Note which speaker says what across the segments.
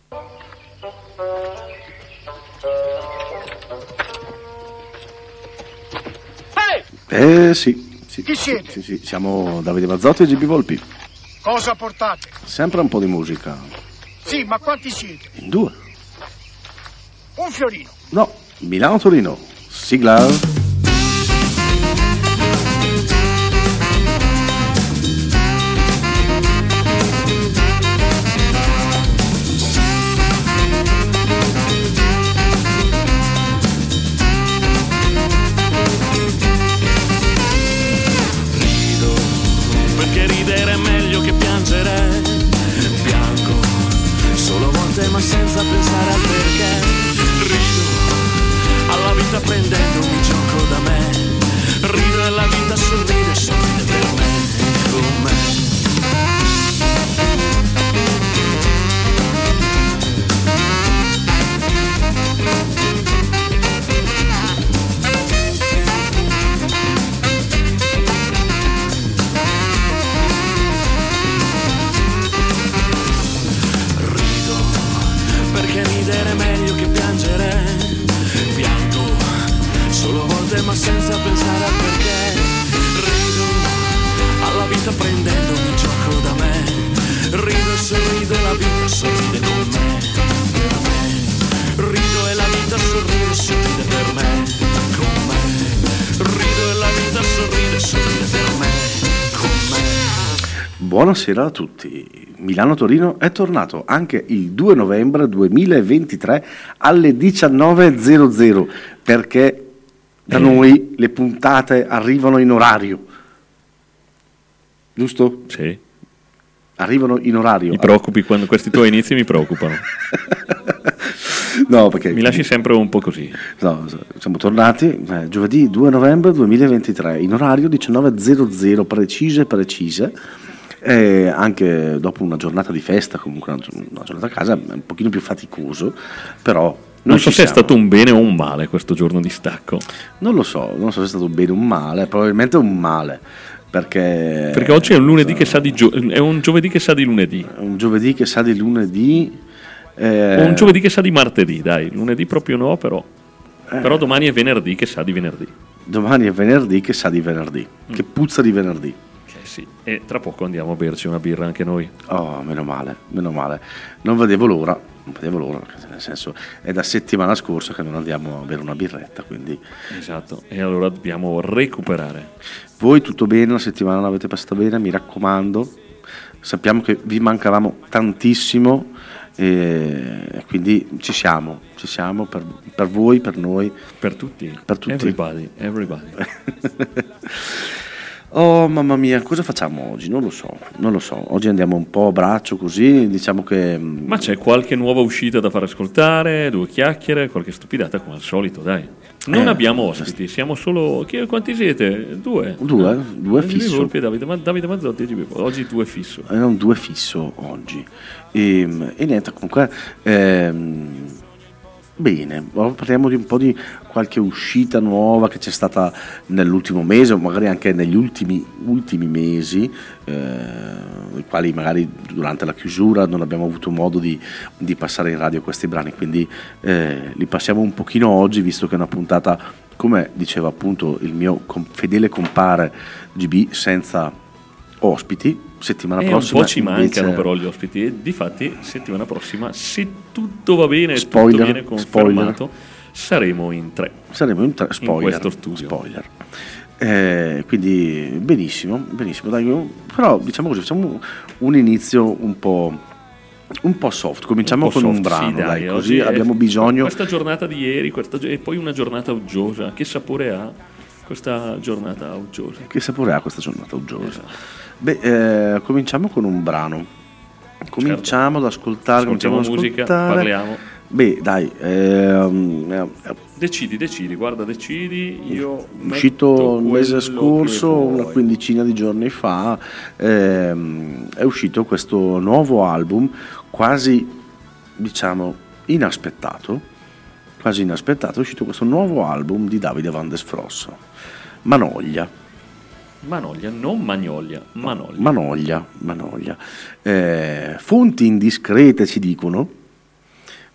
Speaker 1: Sì.
Speaker 2: Chi siete?
Speaker 1: Sì, siamo Davide Mazzotti e GB Volpi.
Speaker 2: Cosa portate?
Speaker 1: Sempre un po' di musica.
Speaker 2: Sì, ma quanti siete?
Speaker 1: In due.
Speaker 2: Un fiorino.
Speaker 1: No, Milano-Torino. Sigla.
Speaker 3: Ma senza pensare al perché rido alla vita prendendomi gioco da me, rido e la vita sorride per me, con me. Ridere è meglio che piangere, piango solo volte ma senza pensare al perché, rido alla vita prendendomi gioco da me, rido e sorrido e la vita sorride con me, per me, rido e la vita sorride per me, con me, rido e la vita sorride per me, con me.
Speaker 1: Buonasera a tutti. Milano-Torino è tornato anche il 2 novembre 2023 alle 19.00 perché da noi le puntate arrivano in orario, giusto?
Speaker 4: Sì.
Speaker 1: Arrivano in orario.
Speaker 4: Mi preoccupi quando questi tuoi inizi mi preoccupano.
Speaker 1: No, perché
Speaker 4: mi lasci sempre un po' così.
Speaker 1: No, siamo tornati giovedì 2 novembre 2023 in orario 19.00 precise. Anche dopo una giornata di festa, comunque una giornata a casa è un pochino più faticoso, però
Speaker 4: non so se è stato un bene o un male questo giorno di stacco.
Speaker 1: Non lo so se è stato un bene o un male, probabilmente un male, perché
Speaker 4: oggi è un lunedì che sa di è un giovedì che sa di lunedì.
Speaker 1: Un giovedì che sa di lunedì.
Speaker 4: O un giovedì che sa di martedì, dai, lunedì proprio no, però domani è venerdì che sa di venerdì.
Speaker 1: Domani è venerdì che sa di venerdì, che puzza di venerdì.
Speaker 4: Sì, e tra poco andiamo a berci una birra anche noi.
Speaker 1: Oh, meno male. Non vedevo l'ora, nel senso è da settimana scorsa che non andiamo a bere una birretta, quindi.
Speaker 4: Esatto, e allora dobbiamo recuperare.
Speaker 1: Voi tutto bene, la settimana l'avete passata bene, mi raccomando. Sappiamo che vi mancavamo tantissimo e quindi ci siamo per voi, per noi,
Speaker 4: per tutti. Everybody.
Speaker 1: Oh mamma mia, cosa facciamo oggi? Non lo so. Oggi andiamo un po' a braccio così, diciamo che.
Speaker 4: Ma c'è qualche nuova uscita da far ascoltare, 2 chiacchiere, qualche stupidata come al solito, dai. Non abbiamo ospiti, siamo solo. Quanti siete? 2
Speaker 1: fisso.
Speaker 4: Davide Mazzotti, oggi 2 fisso.
Speaker 1: Era un 2 fisso oggi. E niente, comunque. Bene, parliamo di un po' di qualche uscita nuova che c'è stata nell'ultimo mese o magari anche negli ultimi mesi, i quali magari durante la chiusura non abbiamo avuto modo di passare in radio questi brani, quindi li passiamo un pochino oggi, visto che è una puntata, come diceva appunto il mio fedele compare GB, senza ospiti. Settimana prossima
Speaker 4: un po' ci mancano però gli ospiti e difatti settimana prossima, se tutto va bene e tutto viene confermato, saremo in 3
Speaker 1: spoiler,
Speaker 4: in questo studio.
Speaker 1: Spoiler. Quindi benissimo, dai, però diciamo così, facciamo un inizio un po' soft, cominciamo con un brano, sì, dai, così abbiamo bisogno.
Speaker 4: Questa giornata di ieri e poi una giornata uggiosa, che sapore ha questa giornata uggiosa? Esatto.
Speaker 1: Beh, cominciamo con un brano. Cominciamo ad ascoltare.
Speaker 4: Ascoltiamo musica, parliamo.
Speaker 1: Beh, dai.
Speaker 4: Decidi, guarda, io
Speaker 1: uscito il mese scorso, una quindicina di giorni fa, è uscito questo nuovo album, quasi, diciamo, inaspettato. È uscito questo nuovo album di Davide Van der Sfross, Manoglia, non Magnolia, Manoglia. Fonti indiscrete ci dicono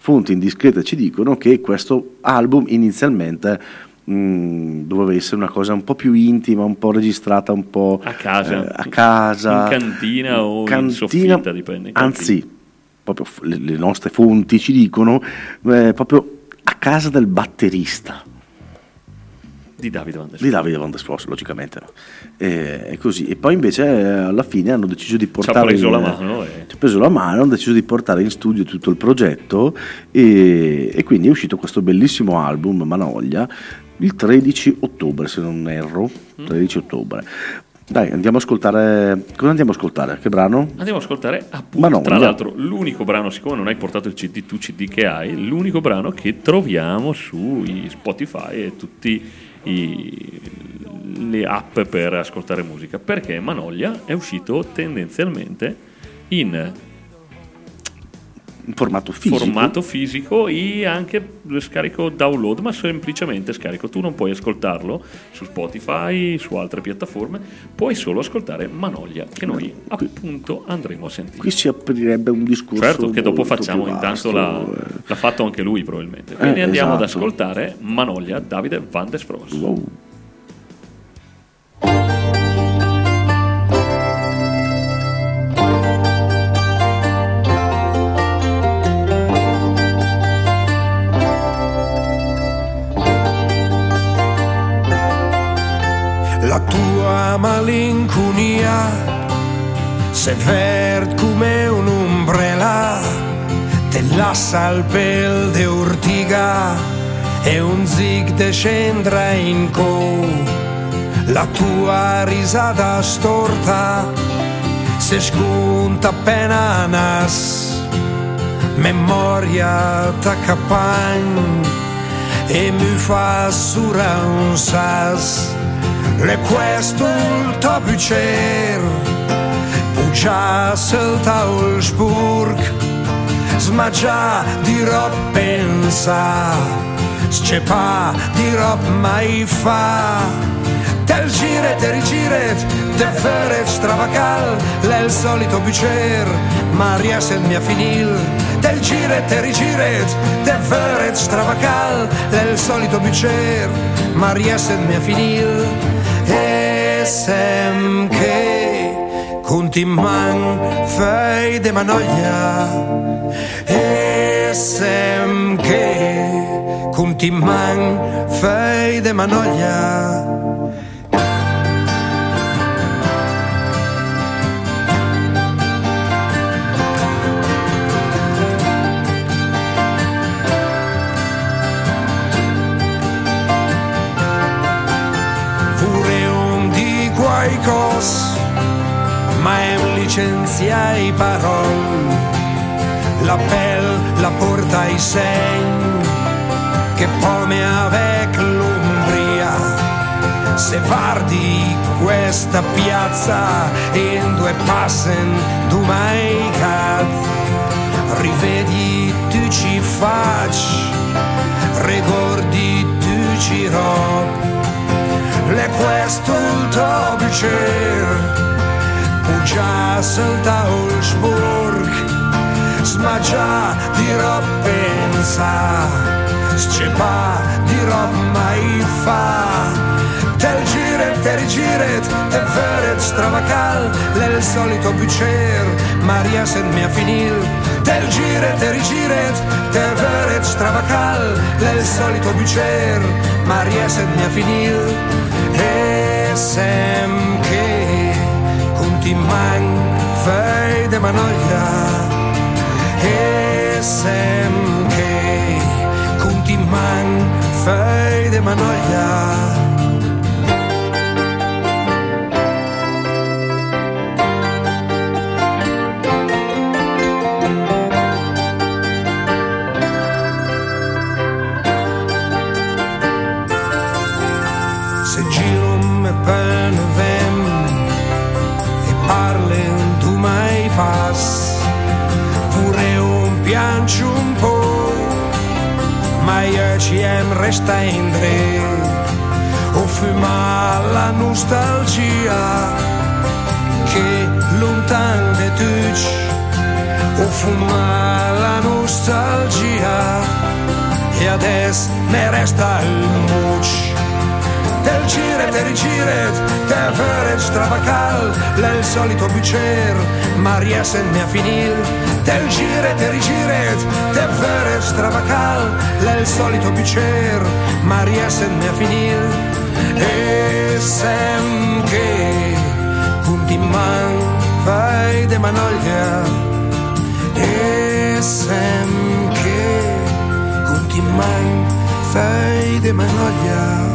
Speaker 1: fonti indiscrete ci dicono che questo album inizialmente doveva essere una cosa un po' più intima, un po' registrata un po'
Speaker 4: a casa,
Speaker 1: in
Speaker 4: cantina o in soffitta, dipende.
Speaker 1: Anzi, proprio le nostre fonti ci dicono proprio a casa del batterista
Speaker 4: di Davide Van der Spross,
Speaker 1: logicamente no. È così. E poi invece alla fine hanno deciso di portare
Speaker 4: ci ha
Speaker 1: preso la mano, hanno deciso di portare in studio tutto il progetto e quindi è uscito questo bellissimo album Manoglia il 13 ottobre, se non erro. 13 ottobre. Dai, andiamo a ascoltare. Cosa andiamo a ascoltare? Che brano?
Speaker 4: Andiamo a ascoltare appunto, tra l'altro, l'unico brano, siccome non hai portato il CD, tu CD che hai, l'unico brano che troviamo su Spotify e tutti le app per ascoltare musica, perché Manoglia è uscito tendenzialmente in formato fisico e anche scarico download, ma semplicemente scarico. Tu non puoi ascoltarlo su Spotify, su altre piattaforme, puoi solo ascoltare Manoglia, che noi appunto andremo a sentire.
Speaker 1: Qui si aprirebbe un discorso,
Speaker 4: certo, che dopo facciamo, intanto l'ha fatto anche lui probabilmente, quindi andiamo ad ascoltare Manoglia, Davide Van der Spross.
Speaker 1: Wow.
Speaker 5: La tua malinconia se verd come un'ombrella, te lascia al pel de ortiga e un zig de scendra in co. La tua risata storta se sconta appena nas, memoria t'accapagn e mi fa sura un sas. Le questo il tuo piacere, già salta il spurg, smaggia di rob pensa, scepa di rob mai fa. Tel giret e rigiret, te feret stravacal, l'è il solito piacere, ma riesce a finil. Tel giret e rigiret, te feret stravacal, l'è il solito piacere, ma riesce a finil. E sem che continuam fei de Manoglia, e sem che continuam fei de Manoglia. Ma em licenziai parol, la pelle la porta ai segni che pome avec l'Umbria. Se guardi questa piazza in due passen dumai caz, rivedi tu ci facci, ricordi tu ci rob. Le questo il tuo piacere, già salta il spurg, smaggia di rob pensa, scepa di rob mai fa. Tel giret, te rigiret, te veret stravacal, l'è il solito piacere, ma riesce a finir. Tel giret, te rigiret, te veret stravacal, l'è il solito piacere, ma riesce a finir. E sem che continuam fei de Manoglia, e sem che continuam fei de Manoglia. Pure un piancio un po', ma io ci resta in tre. O fuma la nostalgia che lontan de tuci, o fuma la nostalgia adesso ne resta il muc. Del giret e rigiret, te veret stravacal, il solito bicer, ma riesce a finir. Del giret e rigiret, te veret stravacal, il solito bicer, ma riesce a finir. E sem che punti man fai de manoglia, e sem che punti man fai de manoglia.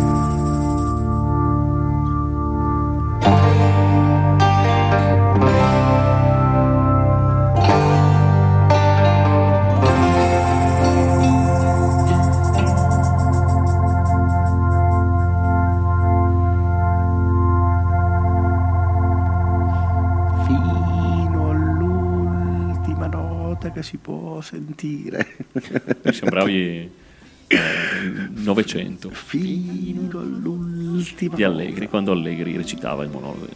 Speaker 1: Che si può sentire.
Speaker 4: Mi sembravi 900
Speaker 1: fino all'ultima
Speaker 4: di Allegri, quando Allegri recitava il monologo.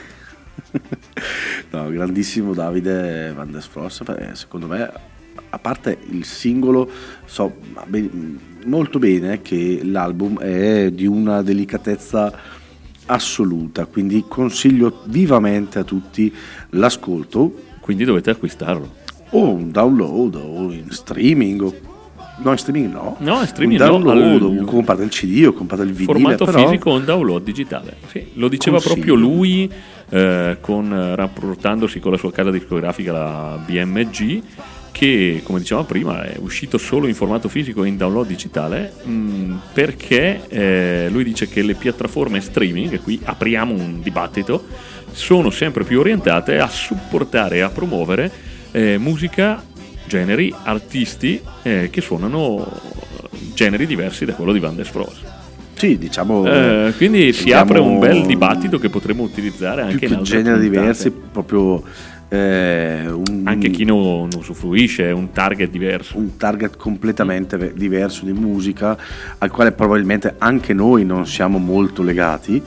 Speaker 1: No, grandissimo Davide Van der Spross. Secondo me, a parte il singolo, so molto bene che l'album è di una delicatezza assoluta, quindi consiglio vivamente a tutti l'ascolto.
Speaker 4: Quindi dovete acquistarlo.
Speaker 1: O un download o in streaming no, in streaming no.
Speaker 4: No, in streaming
Speaker 1: un download,
Speaker 4: no.
Speaker 1: Comprate il CD o comprate il vinile.
Speaker 4: Formato
Speaker 1: però
Speaker 4: fisico o un download digitale. Sì, lo diceva
Speaker 1: consiglio.
Speaker 4: proprio lui, rapportandosi con la sua casa discografica, la BMG, che come dicevamo prima è uscito solo in formato fisico e in download digitale, perché lui dice che le piattaforme streaming, e qui apriamo un dibattito, sono sempre più orientate a supportare e a promuovere musica, generi, artisti che suonano generi diversi da quello di Van der Spross.
Speaker 1: Sì, diciamo.
Speaker 4: Quindi si apre un bel dibattito che potremo utilizzare anche in altre
Speaker 1: generi
Speaker 4: puntate.
Speaker 1: diversi, proprio
Speaker 4: anche chi non usufruisce, è un target diverso. Un
Speaker 1: target completamente diverso di musica, al quale probabilmente anche noi non siamo molto legati,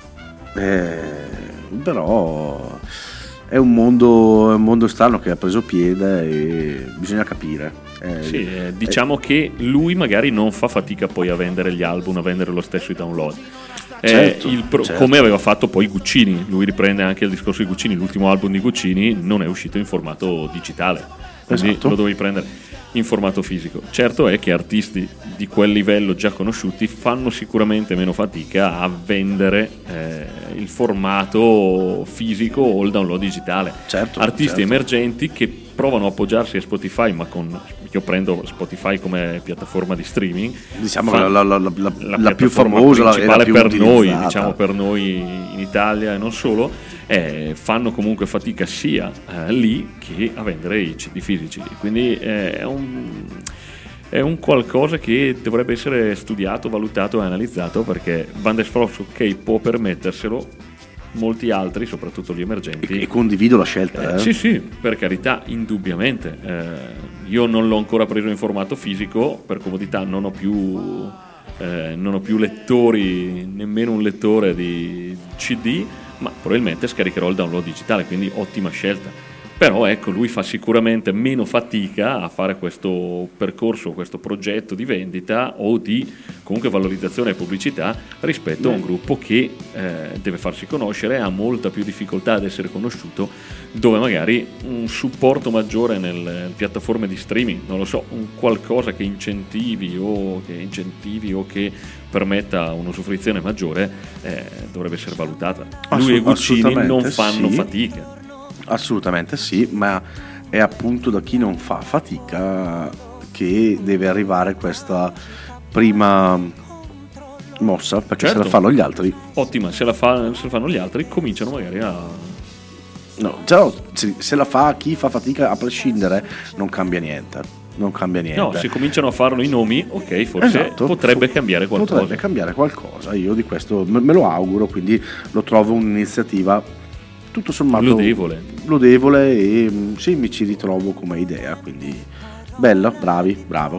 Speaker 1: però è un mondo strano che ha preso piede e bisogna capire.
Speaker 4: Sì, diciamo che lui magari non fa fatica poi a vendere gli album, a vendere lo stesso i download.
Speaker 1: Certo.
Speaker 4: Come aveva fatto poi Guccini, lui riprende anche il discorso di Guccini, l'ultimo album di Guccini non è uscito in formato digitale, quindi
Speaker 1: esatto.
Speaker 4: Lo dovevi prendere in formato fisico. Certo è che artisti di quel livello già conosciuti fanno sicuramente meno fatica a vendere il formato fisico o il download digitale.
Speaker 1: Certo,
Speaker 4: artisti
Speaker 1: certo.
Speaker 4: emergenti che provano a appoggiarsi a Spotify, ma io prendo Spotify come piattaforma di streaming,
Speaker 1: diciamo
Speaker 4: la
Speaker 1: più famosa,
Speaker 4: principale
Speaker 1: la più
Speaker 4: per noi,
Speaker 1: utilizzata.
Speaker 4: diciamo per noi in Italia e non solo, fanno comunque fatica sia lì che a vendere i CD fisici, quindi è un qualcosa che dovrebbe essere studiato, valutato e analizzato, perché Van der Spross può permetterselo, molti altri, soprattutto gli emergenti,
Speaker 1: e condivido la scelta.
Speaker 4: Sì, per carità, indubbiamente. Io non l'ho ancora preso in formato fisico per comodità, non ho più lettori, nemmeno un lettore di CD, ma probabilmente scaricherò il download digitale, quindi ottima scelta. Però ecco, lui fa sicuramente meno fatica a fare questo percorso, questo progetto di vendita o di comunque valorizzazione e pubblicità rispetto a un gruppo che deve farsi conoscere, ha molta più difficoltà ad essere conosciuto, dove magari un supporto maggiore nelle piattaforme di streaming, non lo so, un qualcosa che incentivi o che permetta un'usufruzione maggiore dovrebbe essere valutata. Lui e Guccini non fanno fatica.
Speaker 1: Assolutamente sì, ma è appunto da chi non fa fatica che deve arrivare questa prima mossa, perché
Speaker 4: certo.
Speaker 1: Se la fanno gli altri.
Speaker 4: Ottima, se la fanno gli altri cominciano magari a...
Speaker 1: No, già, se la fa chi fa fatica a prescindere non cambia niente. No,
Speaker 4: se cominciano a farlo i nomi, ok, forse potrebbe cambiare qualcosa.
Speaker 1: Potrebbe cambiare qualcosa, io di questo me lo auguro, quindi lo trovo un'iniziativa tutto sommato lodevole e sì, mi ci ritrovo come idea, quindi bella, bravo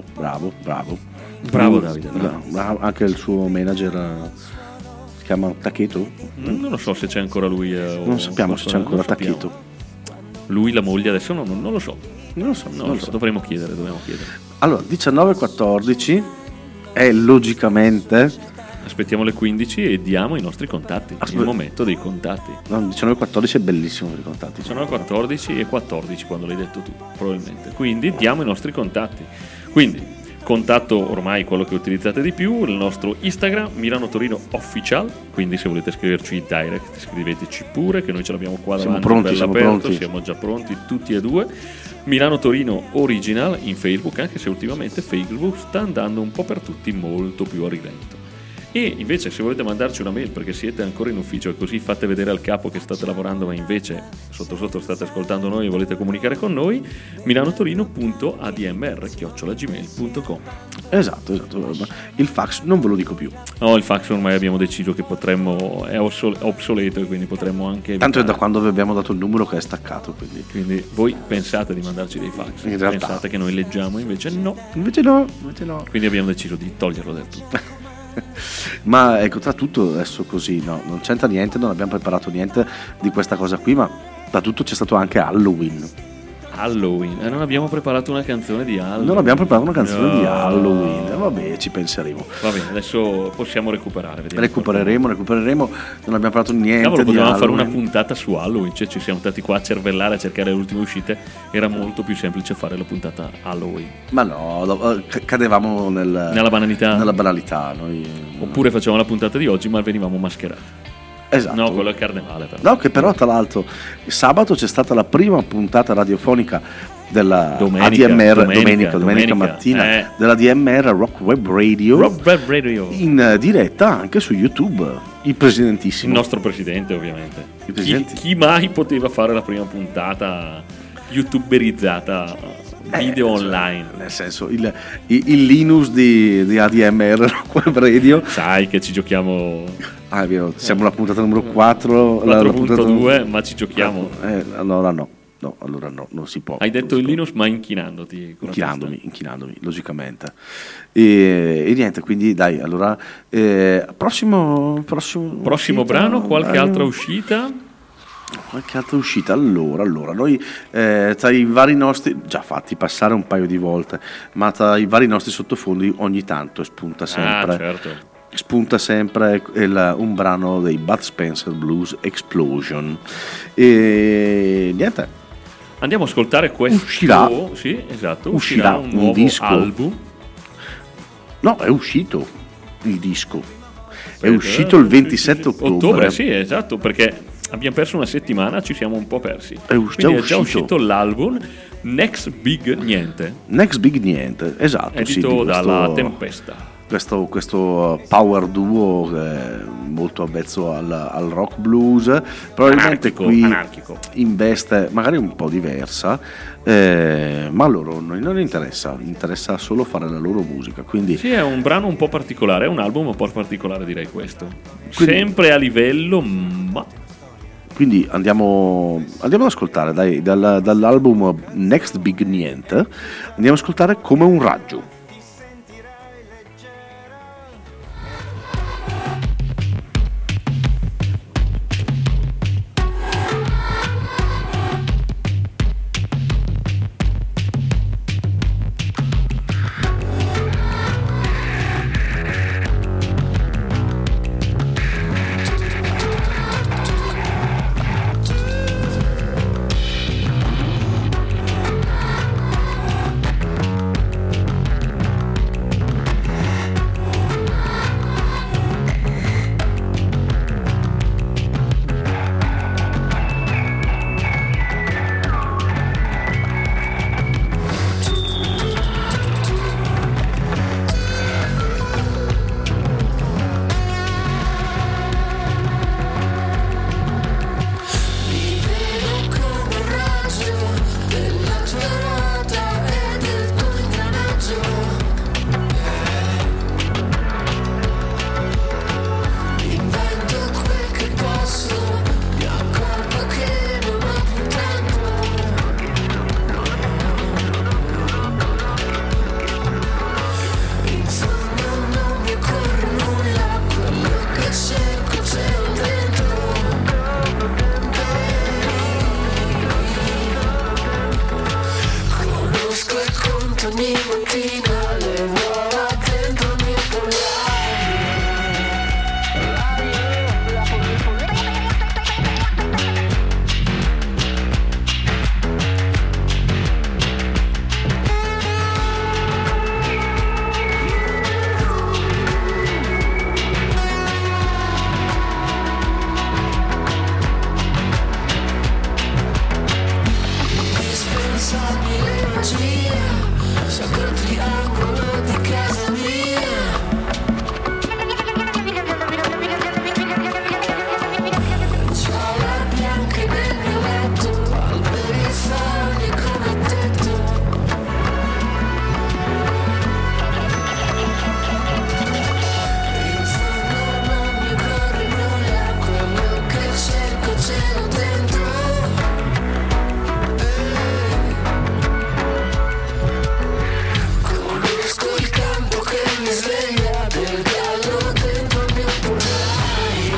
Speaker 4: Davide,
Speaker 1: bravo. Anche il suo manager si chiama Tacheto?
Speaker 4: Non lo so se c'è ancora lui
Speaker 1: non sappiamo se c'è ancora Tacheto.
Speaker 4: Lui, la moglie adesso non lo so.
Speaker 1: Non lo so,
Speaker 4: Non lo so, dobbiamo chiedere.
Speaker 1: Allora, 19:14 è logicamente...
Speaker 4: Aspettiamo le 15 e diamo i nostri contatti. Il momento dei contatti.
Speaker 1: No, 19:14 è bellissimo per i contatti.
Speaker 4: Sono 14 e 14 quando l'hai detto tu, probabilmente. Quindi diamo i nostri contatti. Quindi, contatto ormai quello che utilizzate di più, il nostro Instagram, Milano Torino Official. Quindi se volete scriverci direct, scriveteci pure, che noi ce l'abbiamo qua
Speaker 1: Siamo
Speaker 4: davanti.
Speaker 1: pronti,
Speaker 4: bello
Speaker 1: siamo
Speaker 4: aperto,
Speaker 1: pronti.
Speaker 4: siamo già pronti tutti e due. Milano Torino Original in Facebook, anche se ultimamente Facebook sta andando un po' per tutti molto più a rilento. E invece se volete mandarci una mail perché siete ancora in ufficio e così fate vedere al capo che state lavorando ma invece sotto sotto state ascoltando noi e volete comunicare con noi, milanotorino.admr@gmail.com.
Speaker 1: Esatto. Il fax non ve lo dico più.
Speaker 4: No, il fax ormai abbiamo deciso che potremmo, è obsoleto e quindi potremmo anche
Speaker 1: Tanto è da
Speaker 4: evitare.
Speaker 1: quando vi abbiamo dato il numero che è staccato,
Speaker 4: Quindi voi pensate di mandarci dei fax,
Speaker 1: In realtà.
Speaker 4: pensate che noi leggiamo, invece no.
Speaker 1: Invece no.
Speaker 4: Quindi abbiamo deciso di toglierlo del tutto.
Speaker 1: Ma ecco, tra tutto adesso così, no, non c'entra niente, non abbiamo preparato niente di questa cosa qui, ma da tutto c'è stato anche Halloween.
Speaker 4: Halloween, non abbiamo preparato una canzone di Halloween.
Speaker 1: Non abbiamo preparato una canzone
Speaker 4: No.
Speaker 1: di Halloween. Vabbè, ci penseremo.
Speaker 4: Va bene, adesso possiamo recuperare. Vediamo
Speaker 1: Recupereremo. Non abbiamo preparato niente
Speaker 4: Cavolo,
Speaker 1: di
Speaker 4: potevamo fare
Speaker 1: Halloween.
Speaker 4: una puntata su Halloween, cioè ci siamo stati qua a cervellare a cercare le ultime uscite, era molto più semplice fare la puntata Halloween.
Speaker 1: Ma no, cadevamo
Speaker 4: Nella banalità.
Speaker 1: Nella banalità. Noi...
Speaker 4: Oppure facevamo la puntata di oggi ma venivamo mascherati.
Speaker 1: Esatto.
Speaker 4: No, quello è carnevale però.
Speaker 1: No, che però tra l'altro sabato c'è stata la prima puntata radiofonica della
Speaker 4: Domenica mattina
Speaker 1: della ADMR Rock Web Radio,
Speaker 4: Rock Web Radio.
Speaker 1: in diretta anche su YouTube. Il presidentissimo,
Speaker 4: Il nostro presidente ovviamente.
Speaker 1: Il presidente.
Speaker 4: Chi mai poteva fare la prima puntata youtuberizzata video online?
Speaker 1: nel senso il Linux di ADMR Rock Web Radio.
Speaker 4: Sai che ci giochiamo
Speaker 1: Ah, è vero, siamo alla puntata numero 4, la puntata
Speaker 4: 4.2, ma ci giochiamo.
Speaker 1: Allora no, non si può.
Speaker 4: Hai detto il Linux ma inchinandoti.
Speaker 1: Inchinandomi, logicamente. E niente, quindi dai, allora prossimo
Speaker 4: Brano, qualche altra uscita?
Speaker 1: Qualche altra uscita? Allora, noi tra i vari nostri, già fatti passare un paio di volte, ma tra i vari nostri sottofondi ogni tanto spunta sempre.
Speaker 4: Certo.
Speaker 1: Spunta sempre un brano dei Bud Spencer Blues Explosion. E niente.
Speaker 4: Andiamo a ascoltare questo.
Speaker 1: Uscirà
Speaker 4: un nuovo
Speaker 1: disco.
Speaker 4: album.
Speaker 1: No, è uscito il disco. È uscito il 27 ottobre.
Speaker 4: Sì, esatto, perché abbiamo perso una settimana, ci siamo un po' persi.
Speaker 1: già
Speaker 4: Quindi è già
Speaker 1: uscito.
Speaker 4: uscito l'album Next Big Niente,
Speaker 1: Next Big Niente, esatto.
Speaker 4: edito dalla Tempesta.
Speaker 1: Questo power duo molto avvezzo al rock blues, probabilmente
Speaker 4: Anarchico.
Speaker 1: in veste magari un po' diversa, ma a loro non interessa solo fare la loro musica, quindi
Speaker 4: Sì, è un brano un po' particolare, è un album un po' particolare, direi questo.
Speaker 1: Quindi-
Speaker 4: Sempre a livello, ma
Speaker 1: quindi andiamo ad ascoltare dall'album Next Big Niente, andiamo ad ascoltare Come un raggio.
Speaker 3: mattina le uova dentro il mio indispensabile magia, sacro triangolo di casa mia. Ciao bianche nel mio letto, alberi e foglie come tetto. In fondo non mi corrono le acque, quello che cerco ce l'ho dentro. Conosco il campo che mi sveglia del gallo dentro il mio pollaio.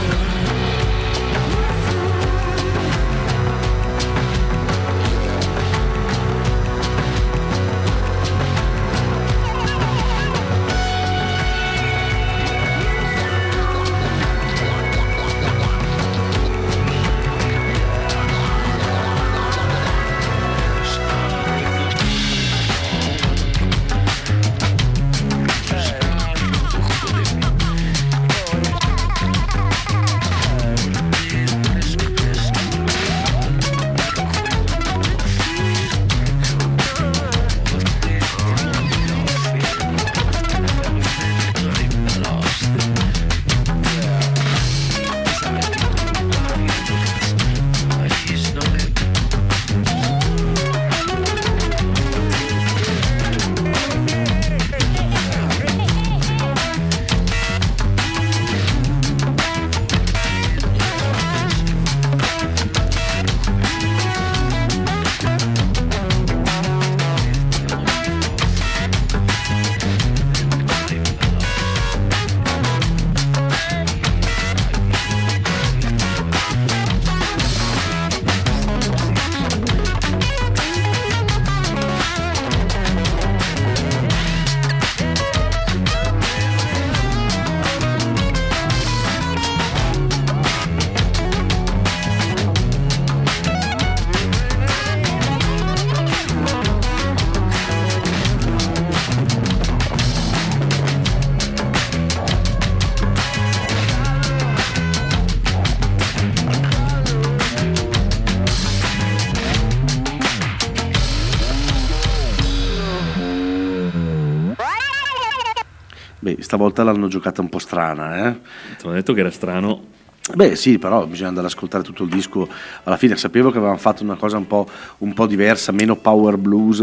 Speaker 1: Beh, stavolta l'hanno giocata un po' strana, eh?
Speaker 4: Ti ho detto che era strano.
Speaker 1: Beh sì, però bisogna andare ad ascoltare tutto il disco. Alla fine sapevo che avevano fatto una cosa un po' diversa, meno power blues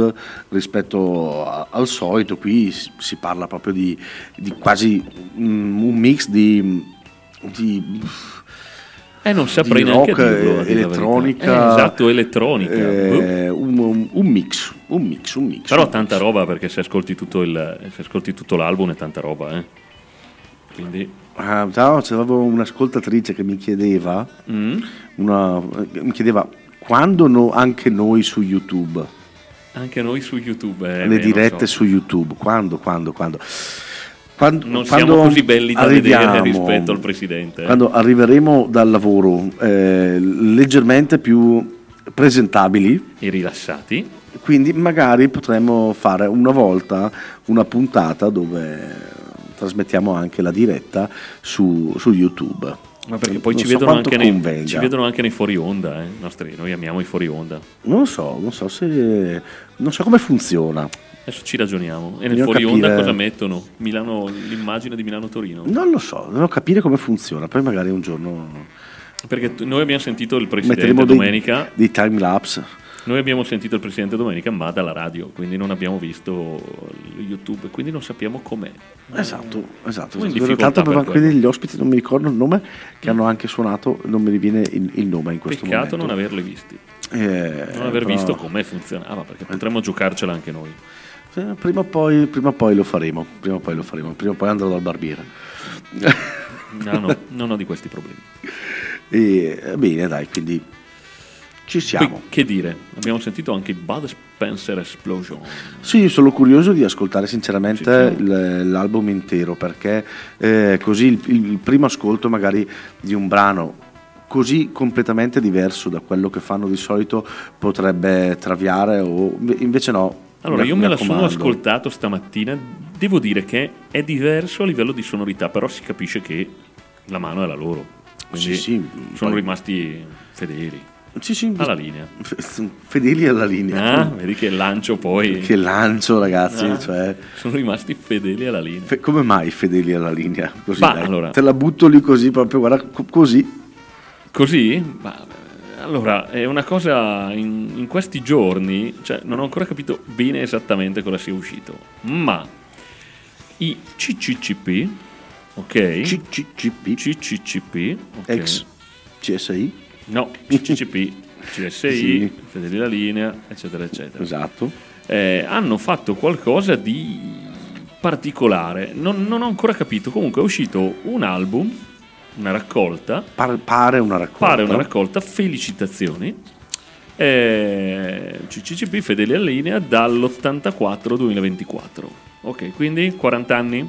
Speaker 1: rispetto al solito. Qui si parla proprio di quasi un mix di
Speaker 4: non saprei neanche
Speaker 1: rock,
Speaker 4: dirlo,
Speaker 1: elettronica,
Speaker 4: esatto, elettronica,
Speaker 1: un mix.
Speaker 4: Però tanta roba, perché se ascolti tutto l'album è tanta roba, quindi
Speaker 1: c'avevo un'ascoltatrice che mi chiedeva quando anche noi su YouTube.
Speaker 4: Anche noi su YouTube,
Speaker 1: le dirette su YouTube, quando
Speaker 4: non siamo così belli da vedere rispetto al presidente.
Speaker 1: Quando arriveremo dal lavoro leggermente più presentabili
Speaker 4: e rilassati,
Speaker 1: quindi magari potremmo fare una volta una puntata dove trasmettiamo anche la diretta su YouTube.
Speaker 4: Ma perché poi ci vedono anche nei fuori onda, noi amiamo i fuori onda.
Speaker 1: Non so come funziona.
Speaker 4: Adesso ci ragioniamo. E nel fuori onda cosa mettono? L'immagine di Milano-Torino?
Speaker 1: Non lo so, devo capire come funziona, poi magari un giorno.
Speaker 4: Perché noi abbiamo sentito il presidente domenica.
Speaker 1: Dei time lapse.
Speaker 4: Noi abbiamo sentito il presidente domenica, ma dalla radio, quindi non abbiamo visto YouTube, quindi non sappiamo com'è.
Speaker 1: Esatto. Tanto per quelli degli ospiti, non mi ricordo il nome, che hanno anche suonato, non mi viene il nome in questo momento.
Speaker 4: Peccato non averli visti. Non aver visto com'è funzionava, perché potremmo giocarcela anche noi.
Speaker 1: Prima o poi lo faremo. Prima o poi andrò dal barbiere.
Speaker 4: No, non ho di questi problemi.
Speaker 1: Bene, dai, quindi Ci siamo.
Speaker 4: Poi, che dire, abbiamo sentito anche i Bud Spencer Explosion.
Speaker 1: Sì, sono curioso di ascoltare sinceramente l'album intero, perché così il primo ascolto magari di un brano così completamente diverso da quello che fanno di solito potrebbe traviare, o invece no.
Speaker 4: Allora, io me la sono ascoltato stamattina, devo dire che è diverso a livello di sonorità, però si capisce che la mano è la loro, quindi sono rimasti fedeli. Alla linea,
Speaker 1: fedeli alla linea.
Speaker 4: Vedi che lancio poi.
Speaker 1: Che lancio, ragazzi! Cioè,
Speaker 4: sono rimasti fedeli alla linea.
Speaker 1: Come mai fedeli alla linea? Così,
Speaker 4: allora,
Speaker 1: te la butto lì così, proprio, guarda, così.
Speaker 4: Così? Allora, è una cosa in questi giorni, cioè non ho ancora capito bene esattamente cosa sia uscito, ma i CCCP, ok? CCCP, okay.
Speaker 1: Ex CSI.
Speaker 4: No, CCCP, CSI, Fedeli la linea, eccetera, eccetera.
Speaker 1: Esatto.
Speaker 4: Hanno fatto qualcosa di particolare, non ho ancora capito. Comunque è uscito un album, una raccolta.
Speaker 1: Pare una raccolta.
Speaker 4: Felicitazioni. CCCP, Fedeli alla linea, dall'84-2024. Ok, quindi 40 anni?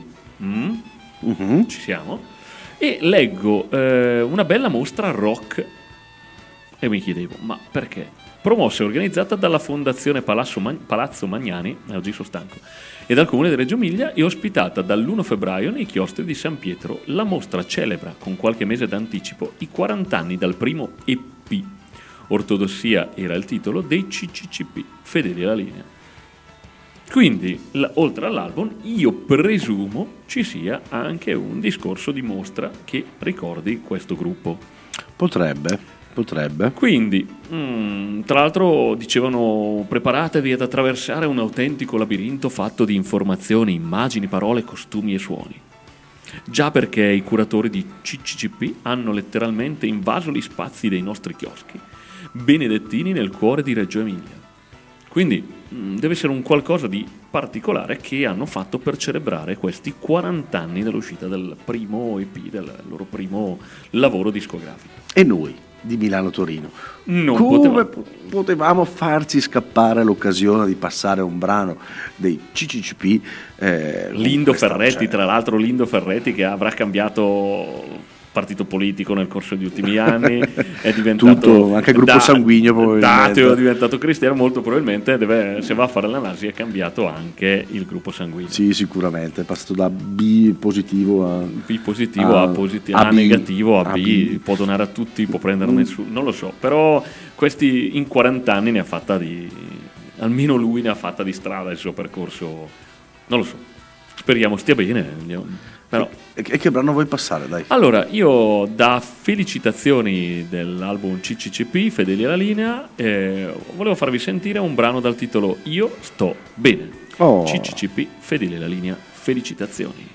Speaker 4: Ci siamo. E leggo una bella mostra rock. E mi chiedevo, ma perché? Promossa e organizzata dalla Fondazione Palazzo Magnani, oggi sono stanco, e dal Comune di Reggio Emilia, e ospitata dall'1 febbraio nei chiostri di San Pietro. La mostra celebra, con qualche mese d'anticipo, i 40 anni dal primo EP. Ortodossia era il titolo dei CCCP, Fedeli alla linea. Quindi, oltre all'album, io presumo ci sia anche un discorso di mostra che ricordi questo gruppo.
Speaker 1: Potrebbe.
Speaker 4: Quindi, tra l'altro dicevano, preparatevi ad attraversare un autentico labirinto fatto di informazioni, immagini, parole, costumi e suoni. Già perché i curatori di CCCP hanno letteralmente invaso gli spazi dei nostri chioschi, benedettini nel cuore di Reggio Emilia. Quindi deve essere un qualcosa di particolare che hanno fatto per celebrare questi 40 anni dall'uscita del primo EP, del loro primo lavoro discografico.
Speaker 1: E noi di Milano-Torino
Speaker 4: come
Speaker 1: potevamo farci scappare l'occasione di passare un brano dei CCCP,
Speaker 4: Lindo Ferretti, tra l'altro Lindo Ferretti, che avrà cambiato partito politico nel corso degli ultimi anni, è diventato
Speaker 1: tutto, anche gruppo sanguigno probabilmente.
Speaker 4: È diventato cristiano, molto probabilmente se va a fare l'analisi è cambiato anche il gruppo sanguigno.
Speaker 1: Sì, sicuramente, è passato da B positivo a
Speaker 4: A negativo a B, può donare a tutti, può prendere nessuno, non lo so, però questi in 40 anni ne ha fatta almeno lui ne ha fatta di strada il suo percorso, non lo so, speriamo stia bene. Però.
Speaker 1: E che brano vuoi passare, dai?
Speaker 4: Allora, io da felicitazioni dell'album CCCP, Fedeli alla linea, volevo farvi sentire un brano dal titolo Io sto bene. CCCP, Fedeli alla linea, felicitazioni.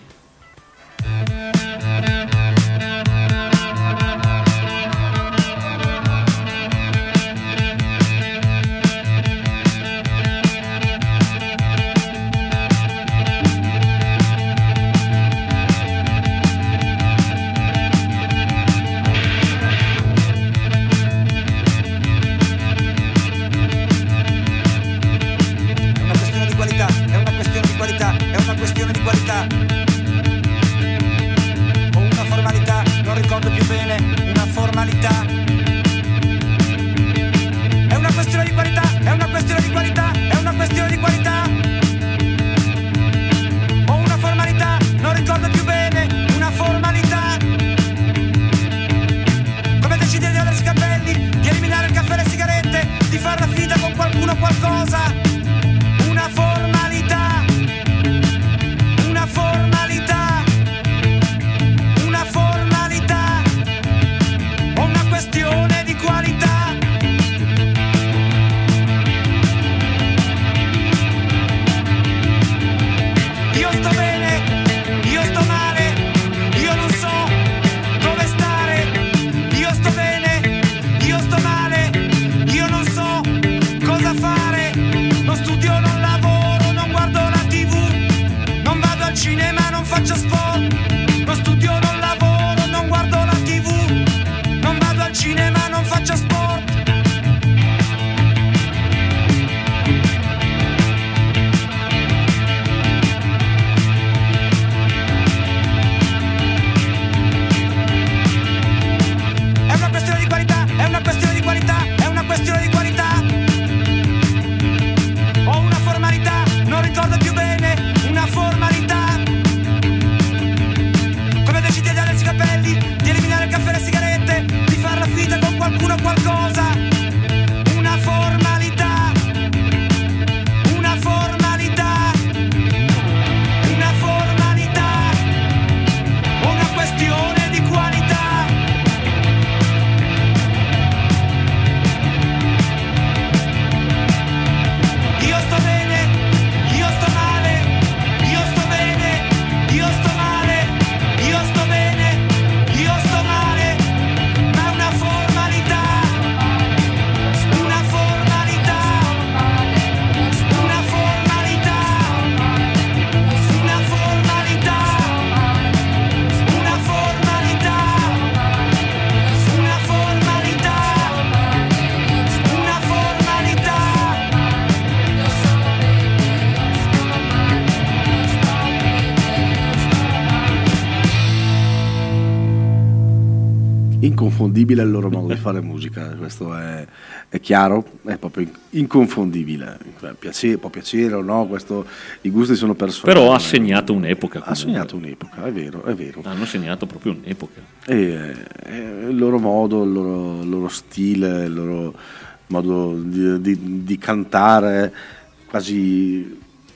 Speaker 1: inconfondibile il loro modo di fare musica, questo è chiaro, è proprio inconfondibile. Può piacere o no, i gusti sono personali.
Speaker 4: Però ha segnato un'epoca.
Speaker 1: Ha segnato un'epoca, è vero.
Speaker 4: Hanno segnato proprio un'epoca.
Speaker 1: Il loro modo, il loro stile, il loro modo di cantare quasi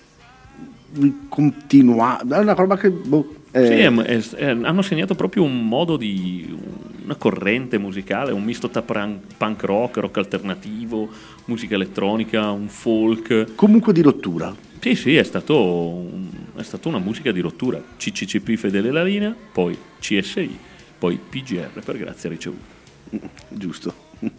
Speaker 1: continuato, è una roba che
Speaker 4: hanno segnato proprio un modo una corrente musicale, un misto tra punk rock alternativo, musica elettronica, un folk.
Speaker 1: Comunque di rottura.
Speaker 4: Sì, è stato una musica di rottura. CCCP Fedele la linea, poi CSI, poi PGR per grazia ricevuta.
Speaker 1: Giusto.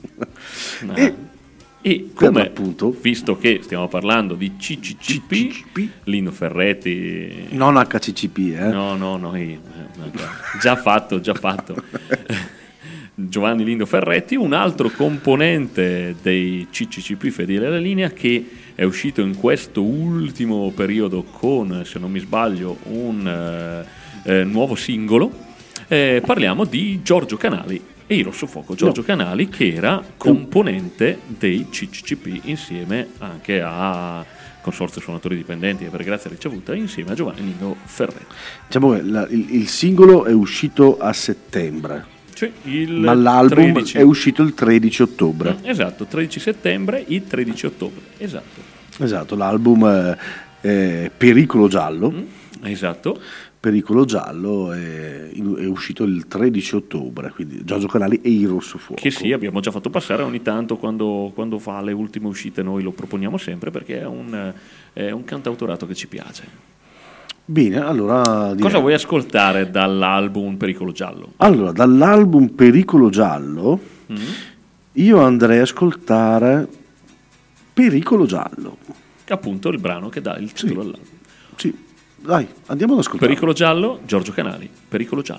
Speaker 4: E come,
Speaker 1: appunto,
Speaker 4: visto che stiamo parlando di CCCP, Lino Ferretti,
Speaker 1: non HCCP,
Speaker 4: no, già fatto. Giovanni Lino Ferretti, un altro componente dei CCCP Fedele alla linea, che è uscito in questo ultimo periodo con, se non mi sbaglio, un nuovo singolo. Parliamo di Giorgio Canali e i Rossofuoco. Giorgio Canali, che era componente dei CCCP insieme anche a Consorzio Suonatori Dipendenti e per grazia ricevuta, insieme a Giovanni Lino Ferretti.
Speaker 1: Diciamo che il singolo è uscito a settembre, ma l'album 13. È uscito il 13 ottobre.
Speaker 4: Esatto, 13 settembre e 13 ottobre. Esatto,
Speaker 1: l'album è Pericolo Giallo.
Speaker 4: Esatto.
Speaker 1: Pericolo Giallo è uscito il 13 ottobre, quindi Giorgio Canali e i Rossofuoco.
Speaker 4: Che sì, abbiamo già fatto passare ogni tanto quando fa le ultime uscite, noi lo proponiamo sempre perché è un cantautorato che ci piace.
Speaker 1: Bene, allora
Speaker 4: cosa vuoi ascoltare dall'album Pericolo Giallo?
Speaker 1: Allora, dall'album Pericolo Giallo io andrei a ascoltare Pericolo Giallo,
Speaker 4: che appunto è il brano che dà il titolo all'album.
Speaker 1: Sì. Dai, andiamo ad ascoltare.
Speaker 4: Pericolo Giallo, Giorgio Canali, Pericolo Giallo.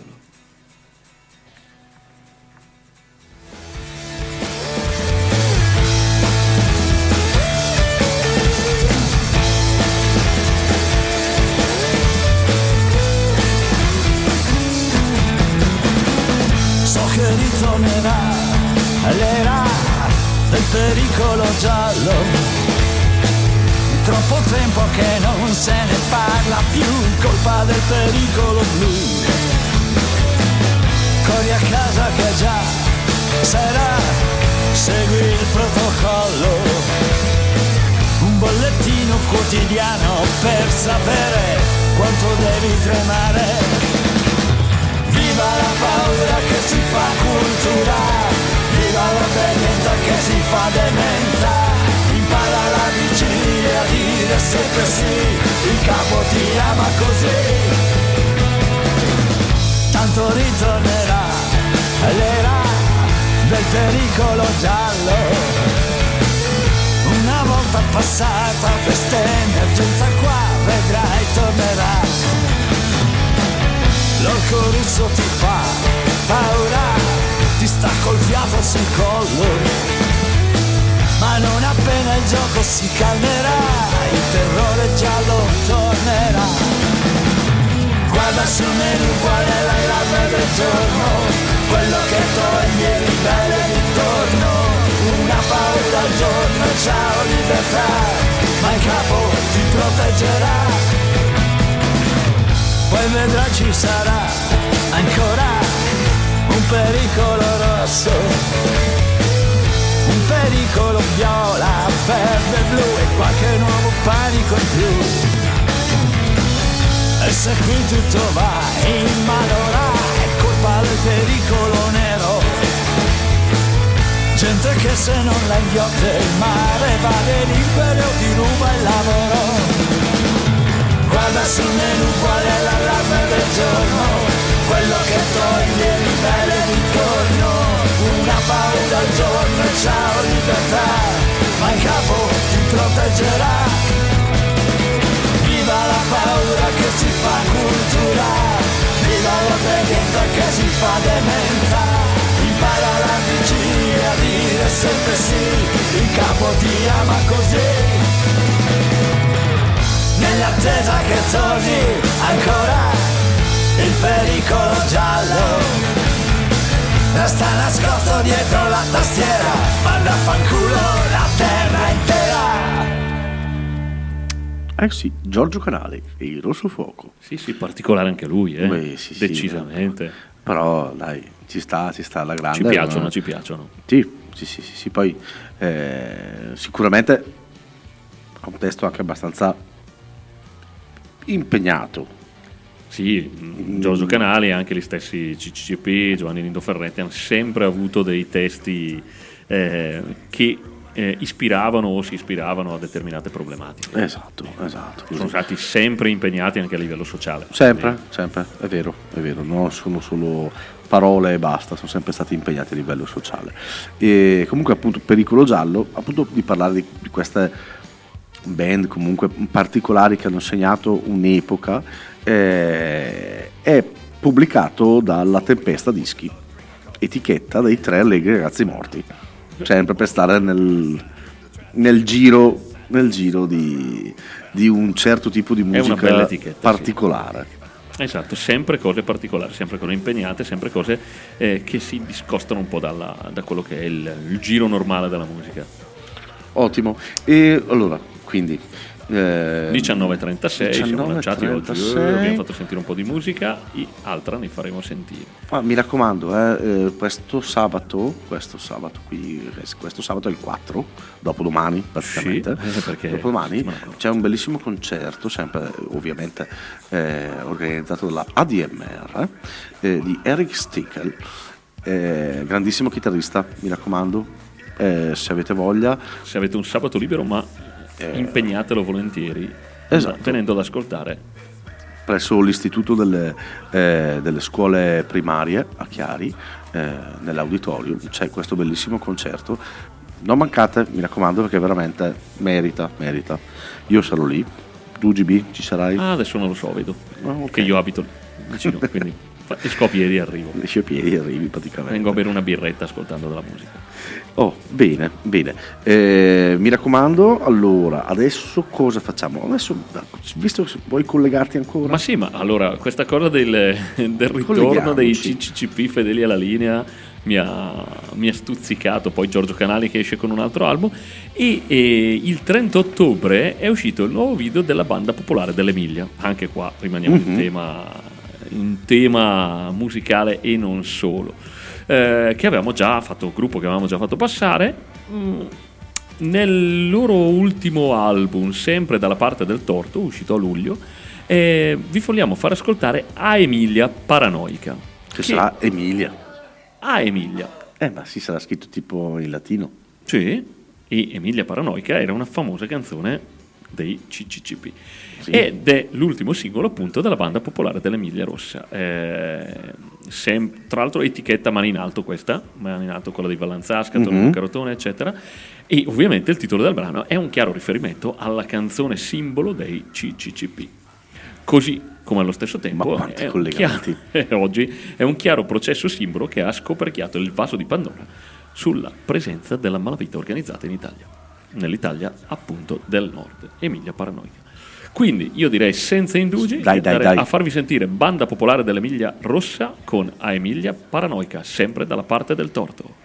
Speaker 3: So che ritornerà l'era del pericolo giallo. Troppo tempo che non se ne parla più, colpa del pericolo blu. Corri a casa che già sarà, segui il protocollo. Un bollettino quotidiano per sapere quanto devi tremare. Viva la paura che si fa cultura, viva l'obbedienza che si fa dementa. Impara la vigilia a dire sempre sì, il capo ti ama così. Tanto ritornerà l'era del pericolo giallo. Una volta passata questa emergenza qua, vedrai tornerà. L'orco russo ti fa paura, ti sta col fiato sul collo. Ma non appena il gioco si calmerà, il terrore giallo tornerà. Guarda sul menù qual è l'allarme del giorno, quello che toglie il livello d'intorno. Una paura al giorno, ciao libertà, ma il capo ti proteggerà. Poi vedrai ci sarà ancora un pericolo rosso, un pericolo viola, verde, blu e qualche nuovo panico in più. E se qui tutto va in malora è colpa del pericolo nero. Gente che se non la inghiotte il mare va a delinquere o ti ruba il lavoro. Guarda sul menù qual è l'allarme del giorno, quello che toglie il livello d'intorno. Una paura al giorno e ciao libertà, ma il capo ti proteggerà. Viva la paura che si fa cultura, viva l'obbedienza che si fa dementa. Impara la vigilia a dire sempre sì, il capo ti ama così. Nell'attesa che torni ancora il pericolo giallo.
Speaker 5: resta nascosto dietro la tastiera, manda a fanculo la terra intera.
Speaker 1: Sì, Giorgio Canali e il Rosso Fuoco.
Speaker 4: Sì, particolare anche lui,
Speaker 1: Beh, sì,
Speaker 4: decisamente.
Speaker 1: Però dai, ci sta alla grande.
Speaker 4: Ci piacciono.
Speaker 1: Sì, poi sicuramente ha un testo anche abbastanza impegnato.
Speaker 4: Sì, Giorgio Canali e anche gli stessi CCCP, Giovanni Lindo Ferretti hanno sempre avuto dei testi che ispiravano o si ispiravano a determinate problematiche.
Speaker 1: Esatto.
Speaker 4: Sono stati sempre impegnati anche a livello sociale.
Speaker 1: Sempre, è vero, non sono solo parole e basta, sono sempre stati impegnati a livello sociale. E comunque appunto Pericolo Giallo, appunto di parlare di queste band comunque particolari che hanno segnato un'epoca, è pubblicato dalla Tempesta Dischi, etichetta dei 3 allegri ragazzi morti, sempre per stare nel giro di un certo tipo di musica,
Speaker 4: è una bella etichetta,
Speaker 1: particolare.
Speaker 4: Sì. Esatto, sempre cose particolari, sempre cose impegnate, sempre cose che si discostano un po' da quello che è il giro normale della musica.
Speaker 1: Ottimo. E allora, quindi
Speaker 4: 19:36 siamo lanciati oggi, abbiamo fatto sentire un po' di musica e altra ne faremo sentire.
Speaker 1: Mi raccomando, questo sabato qui, questo sabato è il 4, dopodomani praticamente,
Speaker 4: perché
Speaker 1: dopodomani c'è un bellissimo concerto, sempre ovviamente organizzato dalla ADMR, di Eric Stickel, grandissimo chitarrista, mi raccomando, se avete voglia,
Speaker 4: se avete un sabato libero, ma impegnatelo volentieri,
Speaker 1: esatto,
Speaker 4: tenendo ad ascoltare
Speaker 1: presso l'istituto delle scuole primarie a Chiari, nell'auditorium c'è questo bellissimo concerto. Non mancate, mi raccomando, perché veramente merita. Io sarò lì. Tu GB ci sarai?
Speaker 4: Adesso non lo so, vedo
Speaker 1: okay,
Speaker 4: che io abito vicino, quindi esco a piedi e arrivo.
Speaker 1: Esci a piedi e arrivi praticamente.
Speaker 4: Vengo a bere una birretta ascoltando della musica.
Speaker 1: Bene. Mi raccomando, allora, adesso cosa facciamo? Adesso, visto che vuoi collegarti ancora?
Speaker 4: Ma sì, ma allora, questa cosa del ritorno dei CCCP fedeli alla linea mi ha stuzzicato. Poi Giorgio Canali che esce con un altro album e il 30 ottobre è uscito il nuovo video della Banda Popolare dell'Emilia. Anche qua rimaniamo in tema musicale e non solo, che avevamo già fatto, gruppo che avevamo già fatto passare nel loro ultimo album, sempre dalla parte del torto, uscito a luglio. Vi vogliamo far ascoltare A Emilia Paranoica,
Speaker 1: che sarà Emilia.
Speaker 4: A Emilia,
Speaker 1: ma si sarà scritto tipo in latino.
Speaker 4: Sì, e Emilia Paranoica era una famosa canzone dei CCCP,
Speaker 1: sì,
Speaker 4: ed è l'ultimo singolo appunto della Banda Popolare dell'Emilia Rossa, tra l'altro etichetta Mani in Alto, quella di Vallanzasca, Antonio Carotone eccetera, e ovviamente il titolo del brano è un chiaro riferimento alla canzone simbolo dei CCCP, così come allo stesso tempo oggi è un chiaro processo simbolo che ha scoperchiato il vaso di Pandora sulla presenza della malavita organizzata in Italia, nell'Italia appunto del nord, Emilia Paranoica. Quindi io direi senza indugi
Speaker 1: dai.
Speaker 4: a farvi sentire Banda Popolare dell'Emilia Rossa con A Emilia Paranoica, sempre dalla parte del torto.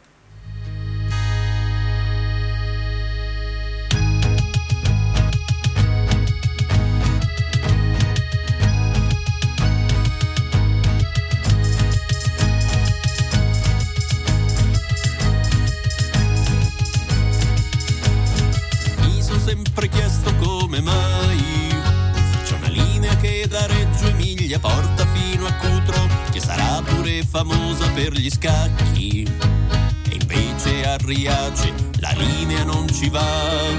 Speaker 6: Sempre chiesto come mai c'è una linea che da Reggio Emilia porta fino a Cutro, che sarà pure famosa per gli scacchi, e invece a Riace la linea non ci va.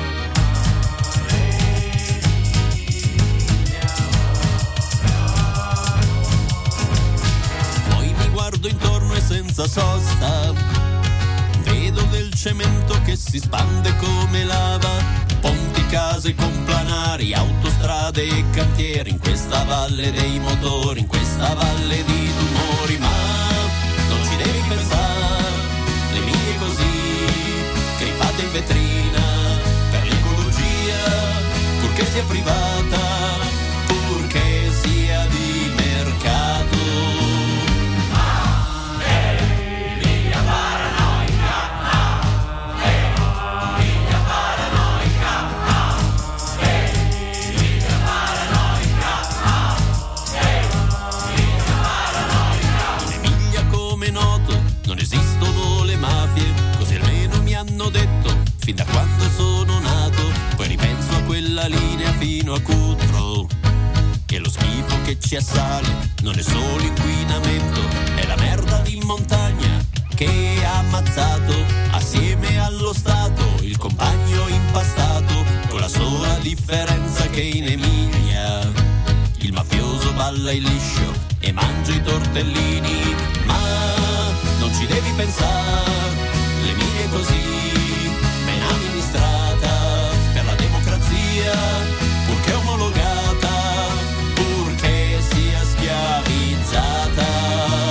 Speaker 6: Poi mi guardo intorno e senza sosta vedo del cemento che si spande come lava, ponti, case con planari, autostrade e cantieri, in questa valle dei motori, in questa valle di tumori. Ma non ci devi pensare, l'Emilia è così, crepata in vetrina per l'ecologia, purché sia privata, purché sia di mercato. fino a Cutro. E lo schifo che ci assale non è solo inquinamento, è la merda di montagna che ha ammazzato assieme allo Stato il compagno impastato, con la sola differenza che in Emilia il mafioso balla il liscio e mangia i tortellini. Ma non ci devi pensare, l'Emilia è così ben amministrata per la democrazia, purché omologata, purché sia schiavizzata.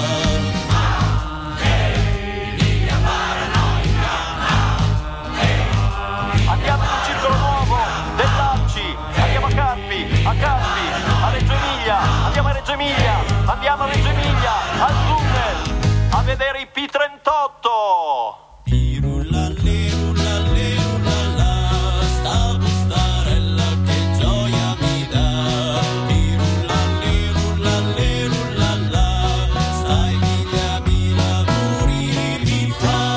Speaker 7: Andiamo in un circolo nuovo dell'Arci, andiamo a Carpi, a Reggio Emilia, andiamo a Reggio Emilia, andiamo a Reggio Emilia, al tunnel, a vedere i P38.
Speaker 6: Sta bustarella che gioia mi dà. Sta Emilia Mila morire mi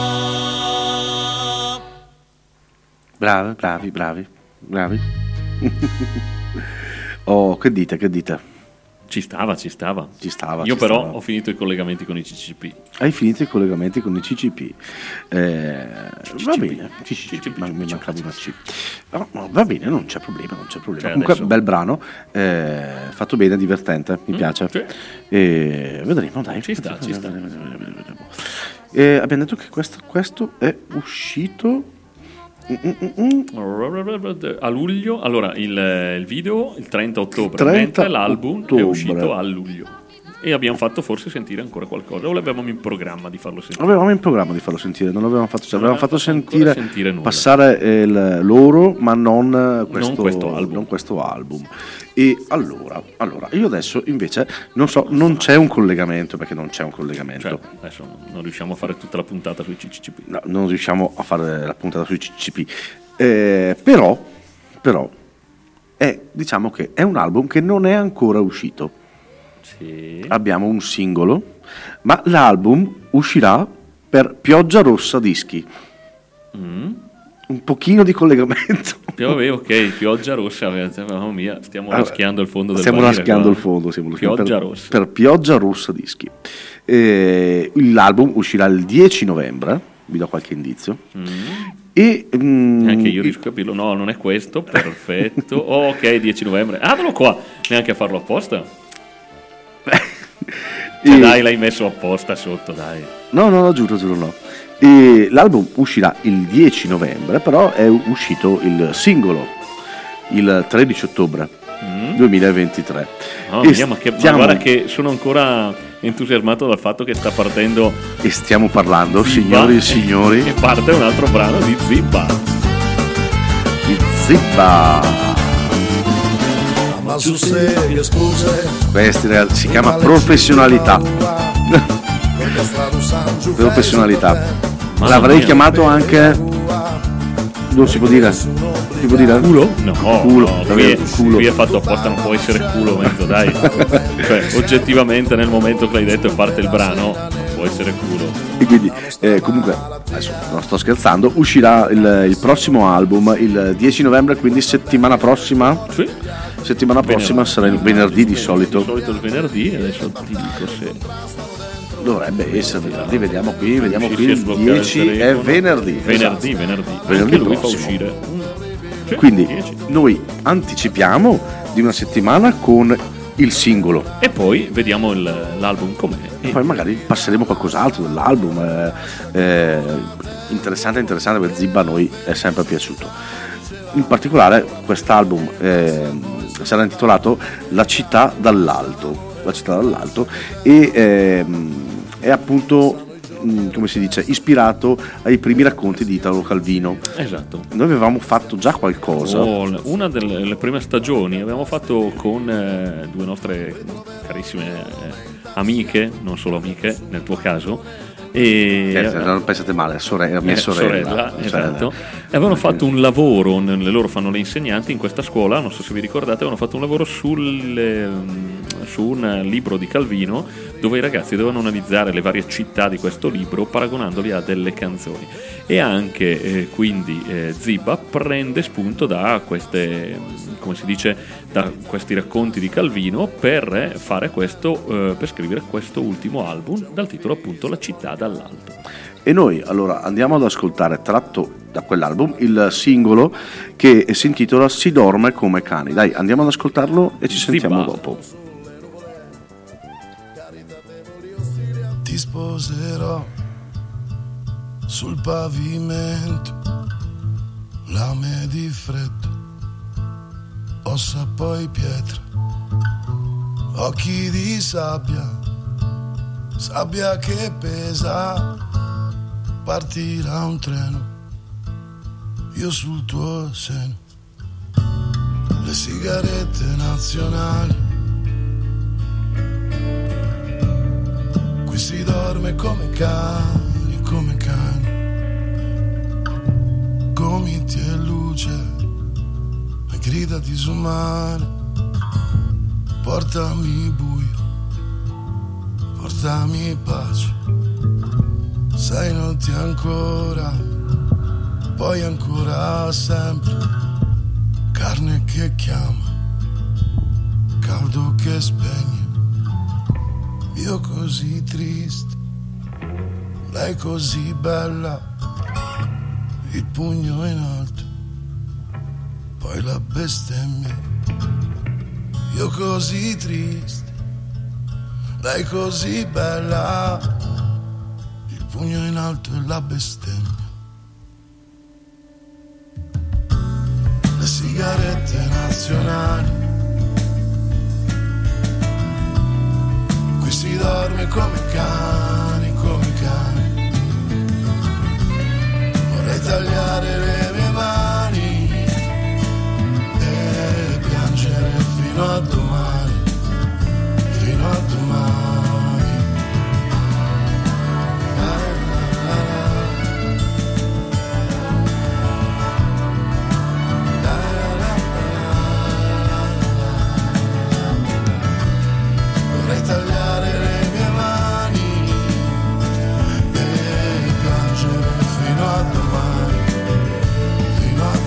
Speaker 6: fa.
Speaker 1: Bravi. Oh, che dite?
Speaker 4: Ci stava. Io
Speaker 1: ci
Speaker 4: però
Speaker 1: stava.
Speaker 4: ho finito i collegamenti con i CCP.
Speaker 1: Hai finito i collegamenti con i CCP. Va bene, mi mancava una C. No, va bene, non c'è problema. Comunque,
Speaker 4: adesso...
Speaker 1: bel brano, fatto bene, divertente, mi piace.
Speaker 4: Sì.
Speaker 1: Vedremo, dai.
Speaker 4: Ci sta.
Speaker 1: Abbiamo detto che questo è uscito
Speaker 4: a luglio. Allora il video il 30 ottobre,
Speaker 1: 30
Speaker 4: mentre l'album
Speaker 1: ottobre.
Speaker 4: è uscito a luglio e abbiamo fatto forse sentire ancora qualcosa, o l'avevamo in programma di farlo sentire?
Speaker 1: Avevamo in programma di farlo sentire, non l'avevamo fatto, avevamo fatto sentire
Speaker 4: nulla.
Speaker 1: passare loro, ma non questo album. E allora io adesso invece non so, non c'è un collegamento, perché non c'è un collegamento.
Speaker 4: Cioè, adesso non riusciamo a fare tutta la puntata sui CCP.
Speaker 1: No, non riusciamo a fare la puntata sui CCP. Però diciamo che è un album che non è ancora uscito.
Speaker 4: Sì.
Speaker 1: Abbiamo un singolo, ma l'album uscirà per Pioggia Rossa Dischi. Un pochino di collegamento.
Speaker 4: Ok, Pioggia Rossa, mamma mia, stiamo raschiando il fondo del
Speaker 1: stiamo
Speaker 4: barile,
Speaker 1: raschiando
Speaker 4: qua.
Speaker 1: il fondo,
Speaker 4: Pioggia Rossa.
Speaker 1: Per Pioggia Rossa Dischi. L'album uscirà il 10 novembre, vi do qualche indizio. E
Speaker 4: anche io riesco a capirlo. No, non è questo, perfetto. Ok, 10 novembre. Eccolo qua, neanche a farlo apposta. Dai, l'hai messo apposta sotto, dai.
Speaker 1: No, giuro no. E l'album uscirà il 10 novembre, però è uscito il singolo il 13 ottobre 2023.
Speaker 4: Oh, mia, ma guarda che sono ancora entusiasmato dal fatto che sta partendo.
Speaker 1: E stiamo parlando,
Speaker 4: Zibba,
Speaker 1: signori e signori.
Speaker 4: E parte un altro brano di Zibba.
Speaker 5: Ma su serie spuse.
Speaker 1: Questa si chiama professionalità. Professionalità. L'avrei chiamato anche. Non si può dire? Si può dire?
Speaker 4: Culo? No,
Speaker 1: culo.
Speaker 4: Qui è fatto apposta, non può essere culo mezzo, dai. Cioè, oggettivamente nel momento che l'hai detto e parte il brano, non può essere culo.
Speaker 1: E quindi, comunque, adesso non sto scherzando, uscirà il prossimo album il 10 novembre, quindi settimana prossima.
Speaker 4: Sì.
Speaker 1: Settimana prossima sarà il venerdì di solito.
Speaker 4: Di solito il venerdì, adesso ti dico se...
Speaker 1: Dovrebbe essere venerdì, vediamo qui,
Speaker 4: Sì,
Speaker 1: il 10 è venerdì.
Speaker 4: Venerdì.
Speaker 1: Venerdì
Speaker 4: lui fa
Speaker 1: prossimo.
Speaker 4: uscire. Sì,
Speaker 1: Quindi
Speaker 4: 10.
Speaker 1: noi anticipiamo di una settimana con il singolo.
Speaker 4: E poi vediamo l'album com'è.
Speaker 1: E poi magari passeremo qualcos'altro dell'album. Interessante, per Zibba a noi è sempre piaciuto. In particolare quest'album sarà intitolato La città dall'alto. E è appunto, come si dice, ispirato ai primi racconti di Italo Calvino.
Speaker 4: Esatto.
Speaker 1: Noi avevamo fatto già qualcosa.
Speaker 4: Una delle prime stagioni abbiamo fatto con due nostre carissime amiche, non solo amiche nel tuo caso, e
Speaker 1: non pensate male, mia sorella,
Speaker 4: esatto. E avevano fatto un lavoro, loro fanno le insegnanti in questa scuola, non so se vi ricordate, avevano fatto un lavoro su un libro di Calvino dove i ragazzi dovevano analizzare le varie città di questo libro paragonandoli a delle canzoni. E anche quindi Ziba prende spunto da queste, come si dice, da questi racconti di Calvino per fare questo, per scrivere questo ultimo album dal titolo appunto La città dall'alto.
Speaker 1: E noi allora andiamo ad ascoltare, tratto da quell'album, il singolo che si intitola Si dorme come cani. Dai, andiamo ad ascoltarlo e ci sentiamo dopo.
Speaker 8: Ti sposerò sul pavimento, lame di freddo, ossa poi pietra, occhi di sabbia, sabbia che pesa, partirà un treno, io sul tuo seno, le sigarette nazionali, qui si dorme come cani, come cani, gomiti e luce, e grida disumane, portami buio, portami pace, 6 notti ancora, poi ancora sempre, carne che chiama, caldo che spegne, io così triste, lei così bella, il pugno in alto, poi la bestemmia, io così triste, lei così bella, il pugno in alto e la bestemmia. Le sigarette nazionali, qui si dorme come cani, come cani, vorrei tagliare le mie mani e piangere fino a domani, fino a domani. Vorrei tagliare le mie mani e piangere fino a domani, fino a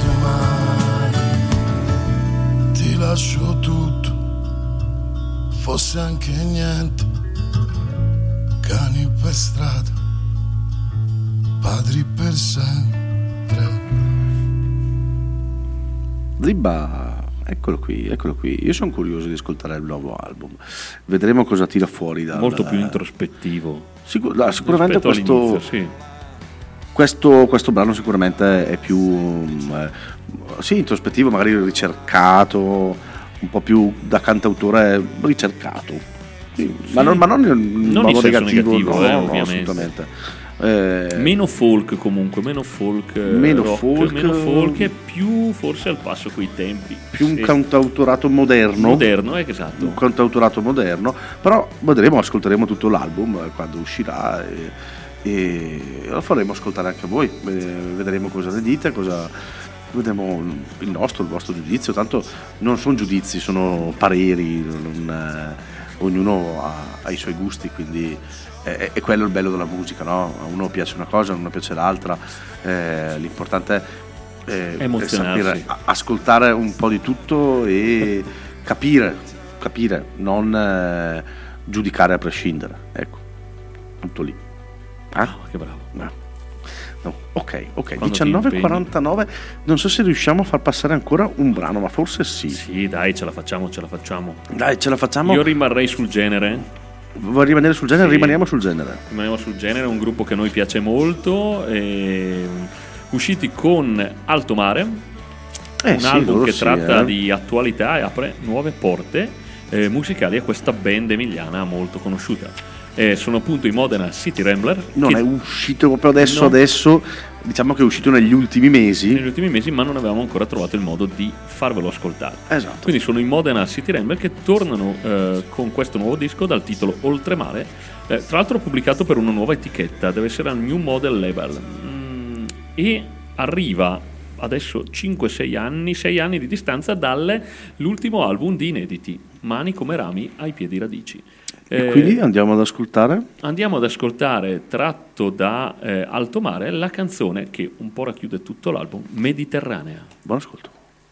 Speaker 8: domani. Ti lascio tutto, fosse anche niente, cani per strada, padri per sempre.
Speaker 1: Ziba, eccolo qui. Io sono curioso di ascoltare il nuovo album. Vedremo cosa tira fuori da.
Speaker 4: Molto più introspettivo.
Speaker 1: Sicuramente
Speaker 4: sì.
Speaker 1: questo brano sicuramente è più introspettivo, magari ricercato, un po' più da cantautore ricercato. Sì. Ma non in modo negativo, no,
Speaker 4: ovviamente.
Speaker 1: Assolutamente.
Speaker 4: Meno folk comunque, meno folk e più forse al passo coi tempi.
Speaker 1: Più un cantautorato moderno,
Speaker 4: esatto.
Speaker 1: Un cantautorato moderno, però ascolteremo tutto l'album quando uscirà e lo faremo ascoltare anche a voi. Vedremo cosa ne dite, vedremo il vostro giudizio. Tanto non sono giudizi, sono pareri, ognuno ha i suoi gusti, quindi è quello il bello della musica, no? A uno piace una cosa, a uno piace l'altra, l'importante è sapere ascoltare un po' di tutto e capire, non giudicare a prescindere, ecco, tutto lì.
Speaker 4: Che bravo.
Speaker 1: No. Ok, 19:49, non so se riusciamo a far passare ancora un brano, ma forse sì.
Speaker 4: Sì, dai, ce la facciamo.
Speaker 1: Dai, ce la facciamo.
Speaker 4: Io rimarrei sul genere.
Speaker 1: Vuoi rimanere sul genere?
Speaker 4: Sì.
Speaker 1: Rimaniamo sul genere.
Speaker 4: È un gruppo che a noi piace molto, usciti con Alto Mare, un album che tratta di attualità e apre nuove porte musicali a questa band emiliana molto conosciuta. Sono appunto i Modena City Rambler.
Speaker 1: Non è uscito proprio adesso, diciamo che è uscito negli ultimi mesi,
Speaker 4: ma non avevamo ancora trovato il modo di farvelo ascoltare.
Speaker 1: Esatto.
Speaker 4: Quindi sono i Modena City Rambler che tornano con questo nuovo disco dal titolo Oltremare, tra l'altro pubblicato per una nuova etichetta, deve essere al New Model Label, e arriva adesso 5-6 anni di distanza dall'ultimo album di inediti, Mani come rami ai piedi radici.
Speaker 1: E quindi andiamo ad ascoltare?
Speaker 4: Andiamo ad ascoltare, tratto da Alto Mare, la canzone che un po' racchiude tutto l'album, Mediterranea.
Speaker 1: Buon ascolto.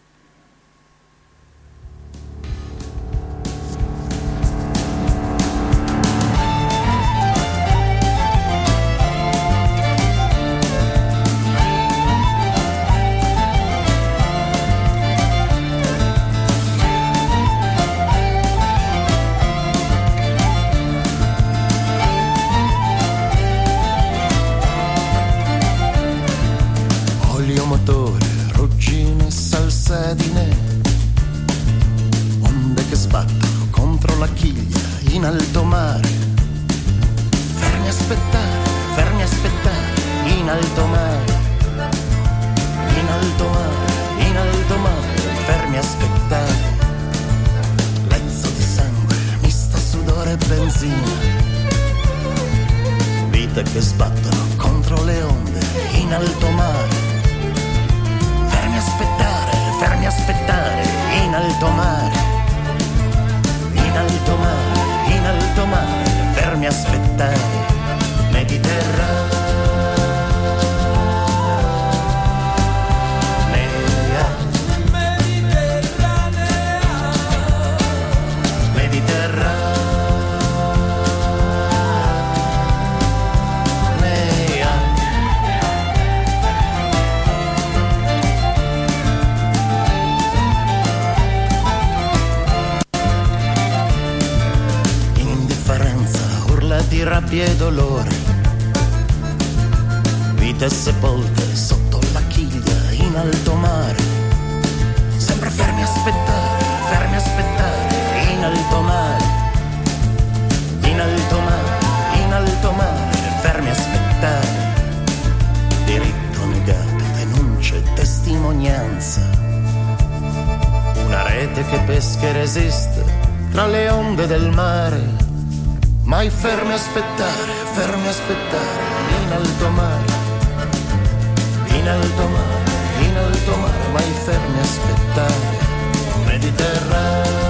Speaker 5: Onde che sbattono contro la chiglia in alto mare. Fermi a aspettare, in alto mare. In alto mare, in alto mare, fermi a aspettare. Lezzo di sangue, mista sudore e benzina. Vite che sbattono contro le onde in alto mare. Fermi a aspettare, in alto mare. In alto mare, in alto mare, fermi a aspettare. Mediterranea. Di rabbia e dolore, vite sepolte sotto la chiglia in alto mare. Sempre fermi a aspettare, in alto mare. In alto mare, in alto mare, fermi a aspettare. Diritto negato, denunce e testimonianza. Una rete che pesca e resiste tra le onde del mare. Mai fermi a aspettare, in alto mare. In alto mare, in alto mare, mai fermi a aspettare. Mediterranea.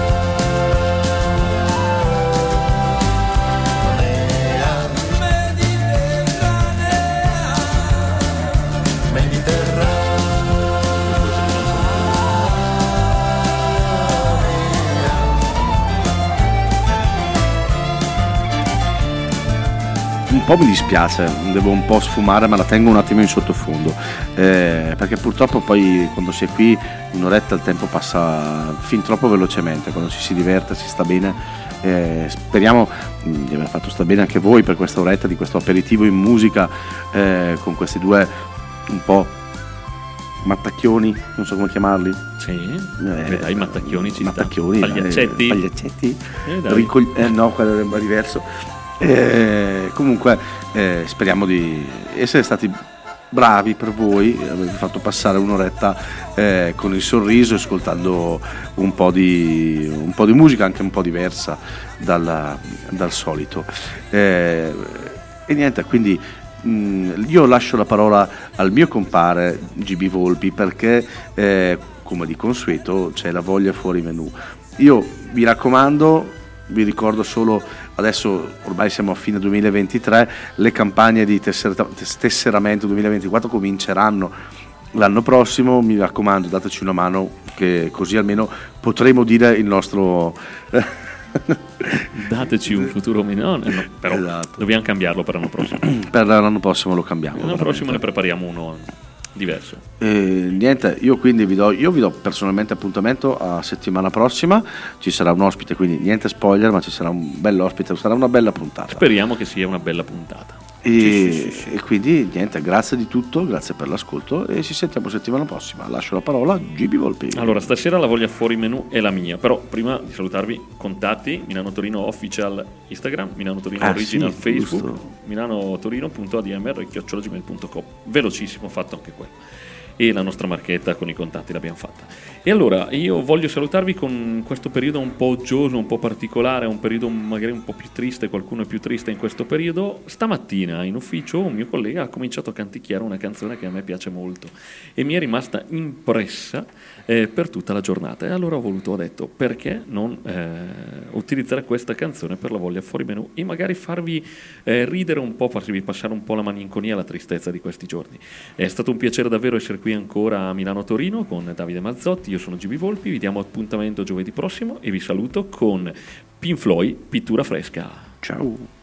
Speaker 1: Un po' mi dispiace, devo un po' sfumare, ma la tengo un attimo in sottofondo, perché purtroppo poi quando si è qui un'oretta il tempo passa fin troppo velocemente, quando ci si diverte, si sta bene. Speriamo di aver fatto sta bene anche voi per questa oretta di questo aperitivo in musica, con questi due un po' mattacchioni, non so come chiamarli.
Speaker 4: Sì, dai, mattacchioni ci
Speaker 1: mattacchioni,
Speaker 4: sta. Pagliaccetti.
Speaker 1: No, quello è diverso. Comunque speriamo di essere stati bravi per voi, aver fatto passare un'oretta con il sorriso, ascoltando un po' di musica anche un po' diversa dal solito, e niente, quindi io lascio la parola al mio compare GB Volpi, perché come di consueto c'è la voglia fuori menù. Io mi raccomando, vi ricordo solo, adesso ormai siamo a fine 2023, le campagne di tesseramento 2024 cominceranno l'anno prossimo. Mi raccomando, dateci una mano, che così almeno potremo dire il nostro
Speaker 4: dateci un futuro minore, no, però esatto. Dobbiamo cambiarlo per l'anno prossimo.
Speaker 1: Per l'anno prossimo lo cambiamo.
Speaker 4: L'anno prossimo ne prepariamo uno diverso.
Speaker 1: Niente, io quindi vi do personalmente appuntamento a settimana prossima. Ci sarà un ospite, quindi niente spoiler, ma ci sarà un bell'ospite, sarà una bella puntata.
Speaker 4: Speriamo che sia una bella puntata.
Speaker 1: E quindi niente, grazie di tutto, grazie per l'ascolto e ci sentiamo settimana prossima. Lascio la parola a GB Volpi.
Speaker 4: Allora, stasera la voglia fuori menù è la mia, però prima di salutarvi, contatti Milano Torino Official Instagram, Milano Torino Original Facebook, milanotorino.admr@gmail.com. Velocissimo, fatto anche quello. e la nostra marchetta con i contatti l'abbiamo fatta. E allora io voglio salutarvi con questo periodo un po' uggioso, un po' particolare, un periodo magari un po' più triste, qualcuno è più triste in questo periodo. Stamattina in ufficio un mio collega ha cominciato a canticchiare una canzone che a me piace molto e mi è rimasta impressa per tutta la giornata, e allora ho detto perché non utilizzare questa canzone per la voglia fuori menù e magari farvi ridere un po', farvi passare un po' la malinconia, la tristezza di questi giorni. È stato un piacere davvero essere qui ancora a Milano-Torino con Davide Mazzotti. Io sono Gibi Volpi, vi diamo appuntamento giovedì prossimo e vi saluto con Pink Floyd, Pittura Fresca.
Speaker 1: Ciao.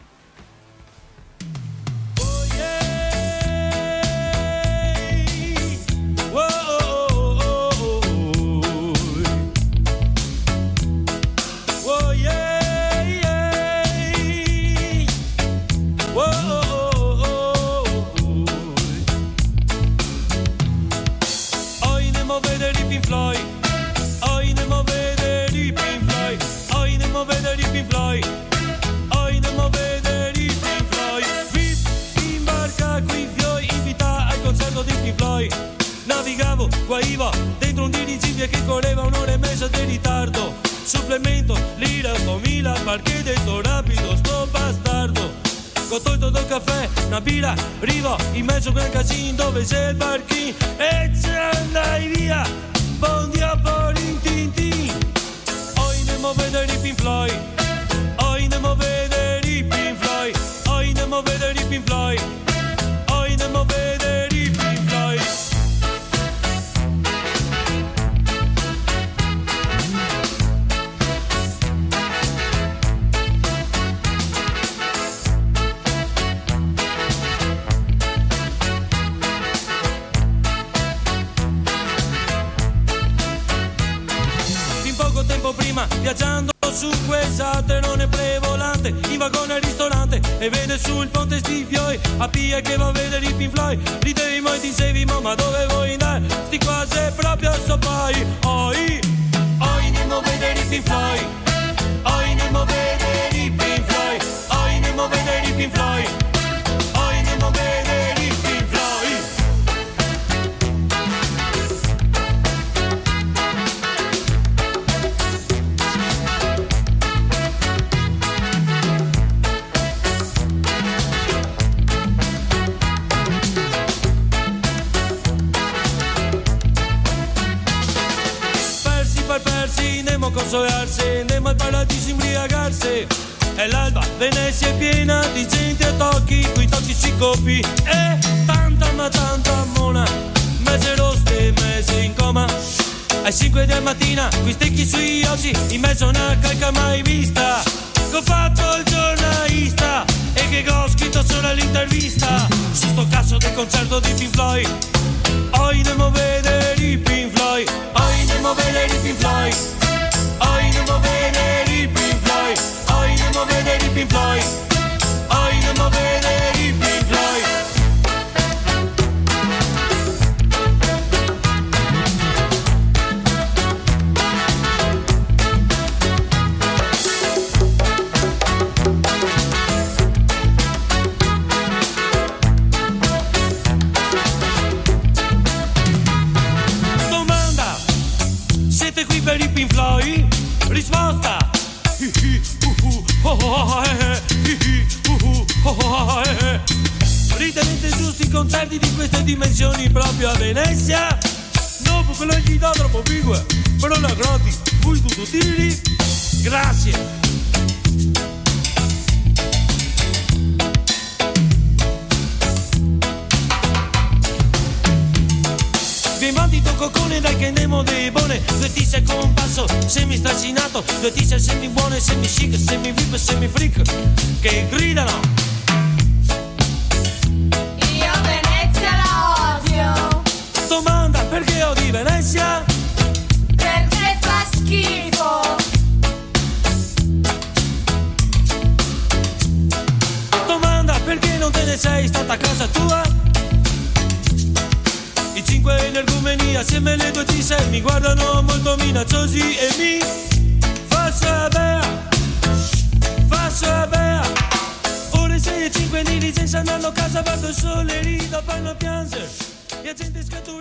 Speaker 9: Navigavo, guaiva, dentro un dirigibile che correva un'ora e mezza di ritardo. Supplemento, lira, 8000, perché detto rapido sto bastardo. Ho tolto dal caffè, una birra, arrivo in mezzo a un gran casino dove c'è il barchino. E ci andai via, buon dia per Tintin. Oi andiamo a vedere i Pink Floyd, oi andiamo a vedere i Pink Floyd, oi andiamo a vedere i Pink Floyd, oi andiamo a vedere i Pink Floyd. Prima viaggiando su quel terrone prevolante, in vagone al ristorante e vede sul ponte sti fioi a Pia che va a vedere i Pink Floyd. Ridevi mai ti dicevi ma dove vuoi andare? Sti qua sei proprio so poi. Oi andiamo a vedere i Pink Floyd, oi andiamo a vedere i Pink Floyd, oi andiamo a vedere i Pink Floyd, oi andiamo a vedere i Pink Floyd. Andiamo a consolarsi, andiamo al paradiso imbriagarsi. E l'alba, Venezia è piena di gente a tocchi, coi tossici copi. E tanta ma tanta mona, mezze roste, mezze in coma. Alle 5 del mattina, qui stecchi sui occhi, in mezzo a una calca mai vista. Che ho fatto il giornalista e che ho scritto solo l'intervista su sto cazzo del concerto di Pink Floyd. Oi andiamo a vedere i Pink Floyd, oi andiamo a vedere i Pink Floyd, oi andiamo a vedere i Pink Floyd, oi andiamo a vedere i Pink Floyd, oi andiamo a vedere i Pink Floyd. Per i Pink Floyd, risposta ritenete giusti i concerti di queste dimensioni proprio a Venezia? Dopo che l'ho dato troppo figue, però la gratis, voi tutto tiri, grazie. Bandito coccone dai che andiamo dei buone, due tisse con passo semi stracinato, due tisse semi buone, semi chic, semi vip, semi freak che gridano.
Speaker 10: Io Venezia la odio.
Speaker 9: Domanda perché odi Venezia?
Speaker 10: Perché fa schifo.
Speaker 9: Domanda perché non te ne sei stata a casa tua? I 5 energumeni assieme le due tisse mi guardano molto minacciosi e mi fa sapere. Ore 6 e 5 di licenza andando a casa, vado sole, rido, poi non piangere. E gente scaturita